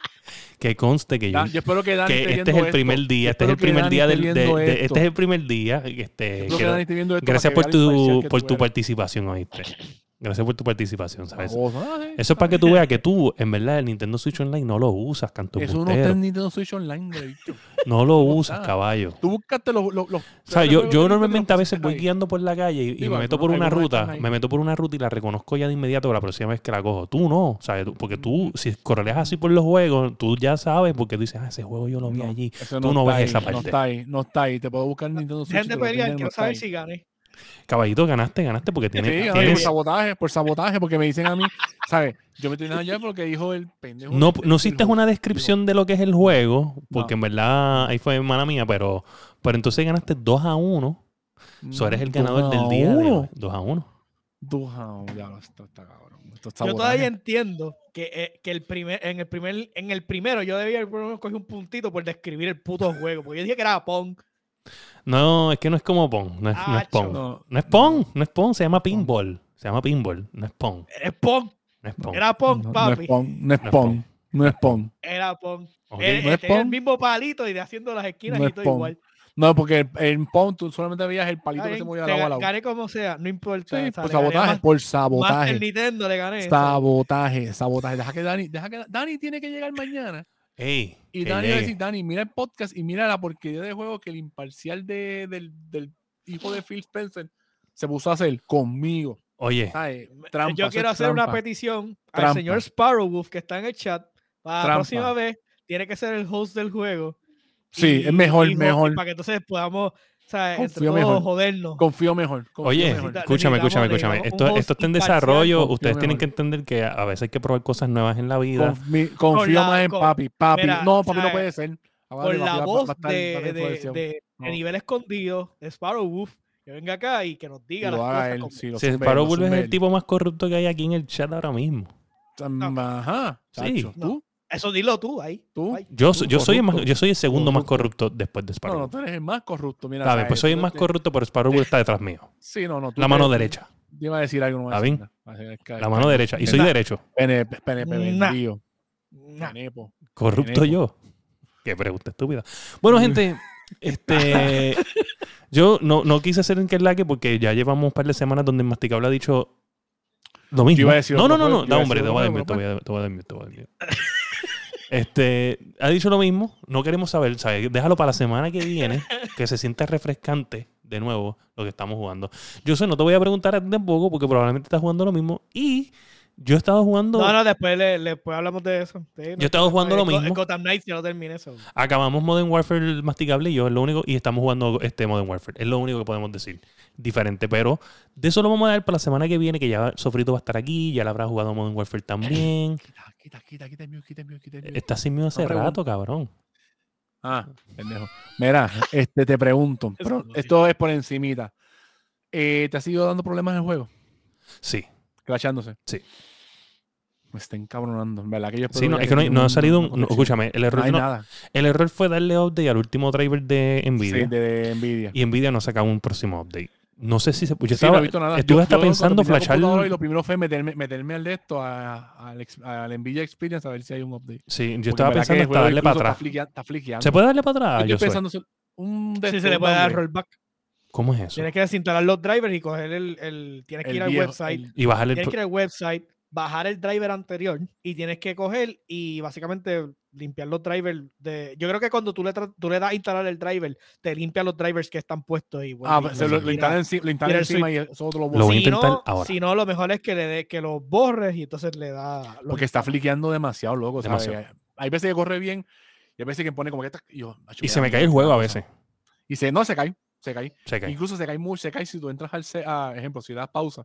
Que conste que yo, Da- yo espero que Dani que esté este es viendo el primer esto. día, Yo este es el espero que primer Dani día esté del, de- viendo de- esto. este es el primer día, este, Yo espero que- que Dani esté viendo esto gracias para por que vea lo imparcial tu, que por tú tu eres. participación, ¿oíste? Gracias por tu participación, ¿sabes? Baboso, ah, sí. Eso es para que tú veas que tú, en verdad, el Nintendo Switch Online no lo usas, canto Eso no embustero. está en Nintendo Switch Online, de bicho. No lo no usas, está. caballo. Tú buscaste los. los, los O sea, yo, juegos yo de normalmente Nintendo a y los veces pusiste voy ahí. guiando por la calle y, y Digo, me meto algunos- por una algunos ruta, están ahí. me meto por una ruta y la reconozco ya de inmediato la próxima vez que la cojo. Tú no, ¿sabes? Tú- Porque tú, si correles así por los juegos, tú ya sabes porque tú dices, ah, ese juego yo lo vi No, allí. eso Tú no está ves esa ahí, parte. No está ahí, no está ahí. Te puedo buscar en Nintendo Switch. Dejen de y te lo pelear, tengo, quiero no está saber ahí. si gané. Caballito, ganaste, ganaste porque Sí, tienes... gané tienes- por sabotaje, por sabotaje, porque me dicen a mí, ¿sabes? Yo me estoy dejando allá porque dijo el pendejo. No, del- no del hiciste host. una descripción de lo que es el juego, porque No. en verdad ahí fue mala mía, pero, pero entonces ganaste dos a uno. So eres el Dos ganador a del día de uno. hoy. dos a uno. Dos a uno. Ya, esto está cabrón. Esto es Yo sabotaje. todavía entiendo que, eh, que el primer, en, el primer, en el primero yo debía haber por lo menos cogido un puntito por describir el puto juego. Porque yo dije que era Pong. No, es que no es como Pong. No es, no es Acho. Pong. No, No es Pong. No es Pong. Se llama Pinball. Se llama Pinball. No es Pong. Es Pong. No es Pong. Era Pong, no, no papi. es Pong, no es No es Pong, no es Pong. Era Pong. Ok. Eh, ¿No eh, es tenía el Pong? mismo palito y de haciendo las esquinas No y es todo Pong. igual. No, porque en Pong tú solamente veías el palito Está que se bien, movía de te lado a ga- lado. gané como sea, no importa. Sí, o sea, por le gané sabotaje, más- por Más que sabotaje. el Nintendo le gané. ¿sabes? Sabotaje, sabotaje. Deja que Dani, deja que Dani tiene que llegar mañana Ey, Y que Dani va a llegue. decir, Dani, mira el podcast y mira la porquería de juego que el imparcial de, del, del hijo de Phil Spencer se puso a hacer conmigo. Oye, ¿Sabes? Trampa, Yo eso quiero es hacer una trampa. petición al Trampa. señor Sparrowwolf que está en el chat. Para la Trampa. próxima vez tiene que ser el host del juego. Sí, y- es mejor, y- y mejor. para que entonces podamos, ¿sabes? Entre Confío todos mejor. jodernos. Confío mejor. Confío Oye, mejor. Necesita- escúchame, escúchame, necesitamos- escúchame. necesitamos Esto, un host esto está en imparcial. desarrollo. Confío Ustedes tienen mejor. que entender que a veces hay que probar cosas nuevas en la vida. Confi- confío la- más en con- papi. Papi. mira, no, papi no ¿sabes? puede ser. Ah, Con vale, la papi va- voz va a estar- de, va a estar de, influenciado. de- No. de nivel escondido de Sparrowwolf, que venga acá y que nos Y diga lo las haga cosas él. como- Sí, lo Si zumbe él, lo Sparrowwolf es zumbe el él. tipo más corrupto que hay aquí en el chat ahora mismo. Ajá. Sí. Chacho, No. ¿Tú? Eso dilo tú ahí. ¿Tú? ahí. Yo, Tú, yo, soy el más- corrupto. yo soy el segundo más Corrupto. corrupto después de No, no, Sparrowwolf. tú eres el más corrupto. Mira, Está bien, ¿sabes? pues soy el Tú más te- corrupto, pero Sparrowwolf está detrás mío. Sí, no, no. tú La te- mano tú- derecha. Te iba a decir algo, no voy a ¿Está decir bien? nada. Va a ser- La mano derecha. Y soy Nah. derecho. Pene, pene, pene, Nah. vendido. Nah. Penepo. Corrupto Penepo. yo. Qué pregunta estúpida. Bueno, gente, este. Yo no, no quise hacer enquerlaque porque ya llevamos un par de semanas donde el Masticable ha dicho lo mismo. iba a decir No, no, otro, no, no. pues, yo Da, iba a hombre, decir te voy a dar otro, mute, te pues. voy a dar- te voy a dar mute, te voy a dar mute. Este, ha dicho lo mismo. No queremos saber, ¿sabes? Déjalo para la semana que viene, que se sienta refrescante de nuevo lo que estamos jugando. Yo sé, no te voy a preguntar a ti tampoco porque probablemente estás jugando lo mismo. Y yo he estado jugando. No, no, después, le, después hablamos de eso. Sí, Yo he estado jugando lo el Go- mismo. El Gotham Knights ya lo terminé eso. Acabamos Modern Warfare el Masticable y yo, es lo único, y estamos jugando este Modern Warfare. Es lo único que podemos decir. Diferente, pero de eso lo vamos a dar para la semana que viene, que ya Sofrito va a estar aquí, ya le habrá jugado Modern Warfare también. Quita, quita, quita, quita el mute, quita el mute, quita el mute. Está sin miedo hace No pregunto. rato, cabrón. Ah, pendejo. Mira, este, te pregunto, pero Eso no, esto es por encimita. Eh, ¿Te ha sido dando problemas en el juego? Sí, Crashándose. Sí. Me está encabronando, ¿verdad? Que yo espero sí, no, ya es que no, tenga no ha un- salido un... una no, conexión. escúchame, el No error, hay no- nada. el error fue darle update al último driver de Nvidia. Sí, de, de Nvidia. Y Nvidia no ha sacado un próximo update. No sé si se... Yo Sí, estaba, no he visto nada. estuve Yo- hasta yo pensando cuando prendí la flashar... computadora y lo primero fue meterme, meterme al de esto, a- al ex- al Nvidia Experience, a ver si hay un update. Sí, yo Porque estaba en verdad que pensando el hasta juego darle incluso para atrás. Está, fliquea- está fliqueando. ¿Se puede darle para atrás? Yo Yo estoy soy. pensando hacer un de Sí, estos se le puede dar downgrade. rollback. ¿Cómo es eso? Tienes que desinstalar los drivers y coger el... el tienes que El ir al viejo, website. el- Y bajarle el... Tienes pro- que ir al website, bajar el driver anterior y tienes que coger y básicamente limpiar los drivers de... Yo creo que cuando tú le, tra- tú le das a instalar el driver, te limpia los drivers que están puestos y Ah, vuelve y- se lo, y lo mira. instala, enci- lo instala mira el encima y eso te lo Lo borra. voy a Si intentar no, ahora. Si no, lo mejor es que le dé que los borres y entonces le da... los Porque está fliqueando demasiado, loco. ¿sabes? Demasiado. Hay veces que corre bien y hay veces que pone como que... esta- y yo, macho, Y me se da me cae miedo el juego esta a cosa. veces. Y se, no, se cae. Se cae. Se cae. Incluso se cae mucho, se cae si tú entras al... se- a ejemplo, si das pausa.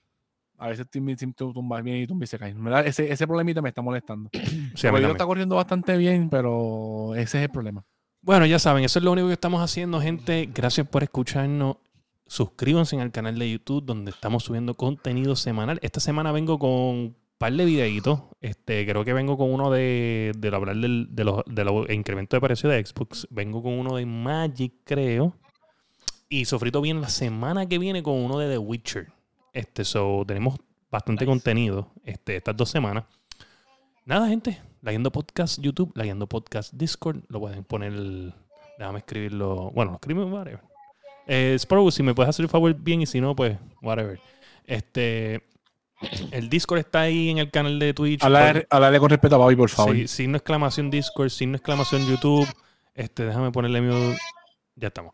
A veces tú tú tumbas bien y tumbas y se cae. ¿Verdad? Ese, ese problemita me está molestando. Sí, a El mí video también. está corriendo bastante bien, pero ese es el problema. Bueno, ya saben, eso es lo único que estamos haciendo, gente. Gracias por escucharnos. Suscríbanse al canal de YouTube donde estamos subiendo contenido semanal. Esta semana vengo con un par de videitos. Este, creo que vengo con uno de, de hablar del, de los de los incrementos de precio de Xbox. Vengo con uno de Magic, creo. Y Sofrito viene la semana que viene con uno de The Witcher. Este, so, tenemos bastante Nice. contenido este, estas dos semanas. Nada, gente. Leyendo Podcast YouTube, Leyendo Podcast Discord. Lo pueden poner. Déjame escribirlo. Bueno, lo escriben, whatever. Eh, Sparrow, si me puedes hacer el favor bien y si no, pues, whatever. Este. El Discord está ahí en el canal de Twitch. Hablarle, hablarle con respeto a Bobby, por favor. Sí, signo exclamación Discord, signo exclamación YouTube. Este, déjame ponerle mi. Ya estamos.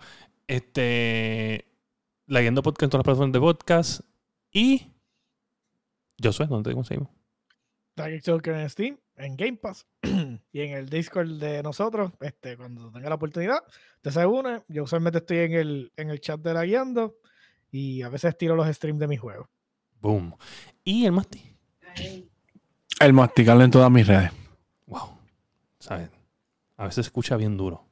Este. Leyendo Podcast en todas las plataformas de podcast. Y. Yo soy, ¿dónde te conseguimos? Target Joker en Steam, en Game Pass y en el Discord de nosotros, este, cuando tenga la oportunidad, te se une. Yo usualmente estoy en el, en el chat de la guiando y a veces tiro los streams de mis juegos. Boom. Y el Masti. El masticarlo en todas mis redes. Wow. ¿Sabes? A veces se escucha bien duro.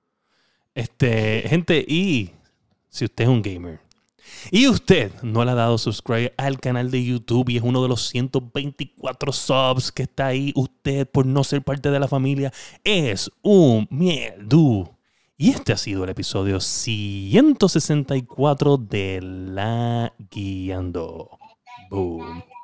Este, gente, y si usted es un gamer y usted no le ha dado subscribe al canal de YouTube y es uno de los ciento veinticuatro subs que está ahí, usted por no ser parte de la familia es un mierdu. Y este ha sido el episodio ciento sesenta y cuatro de La Guiando. Boom.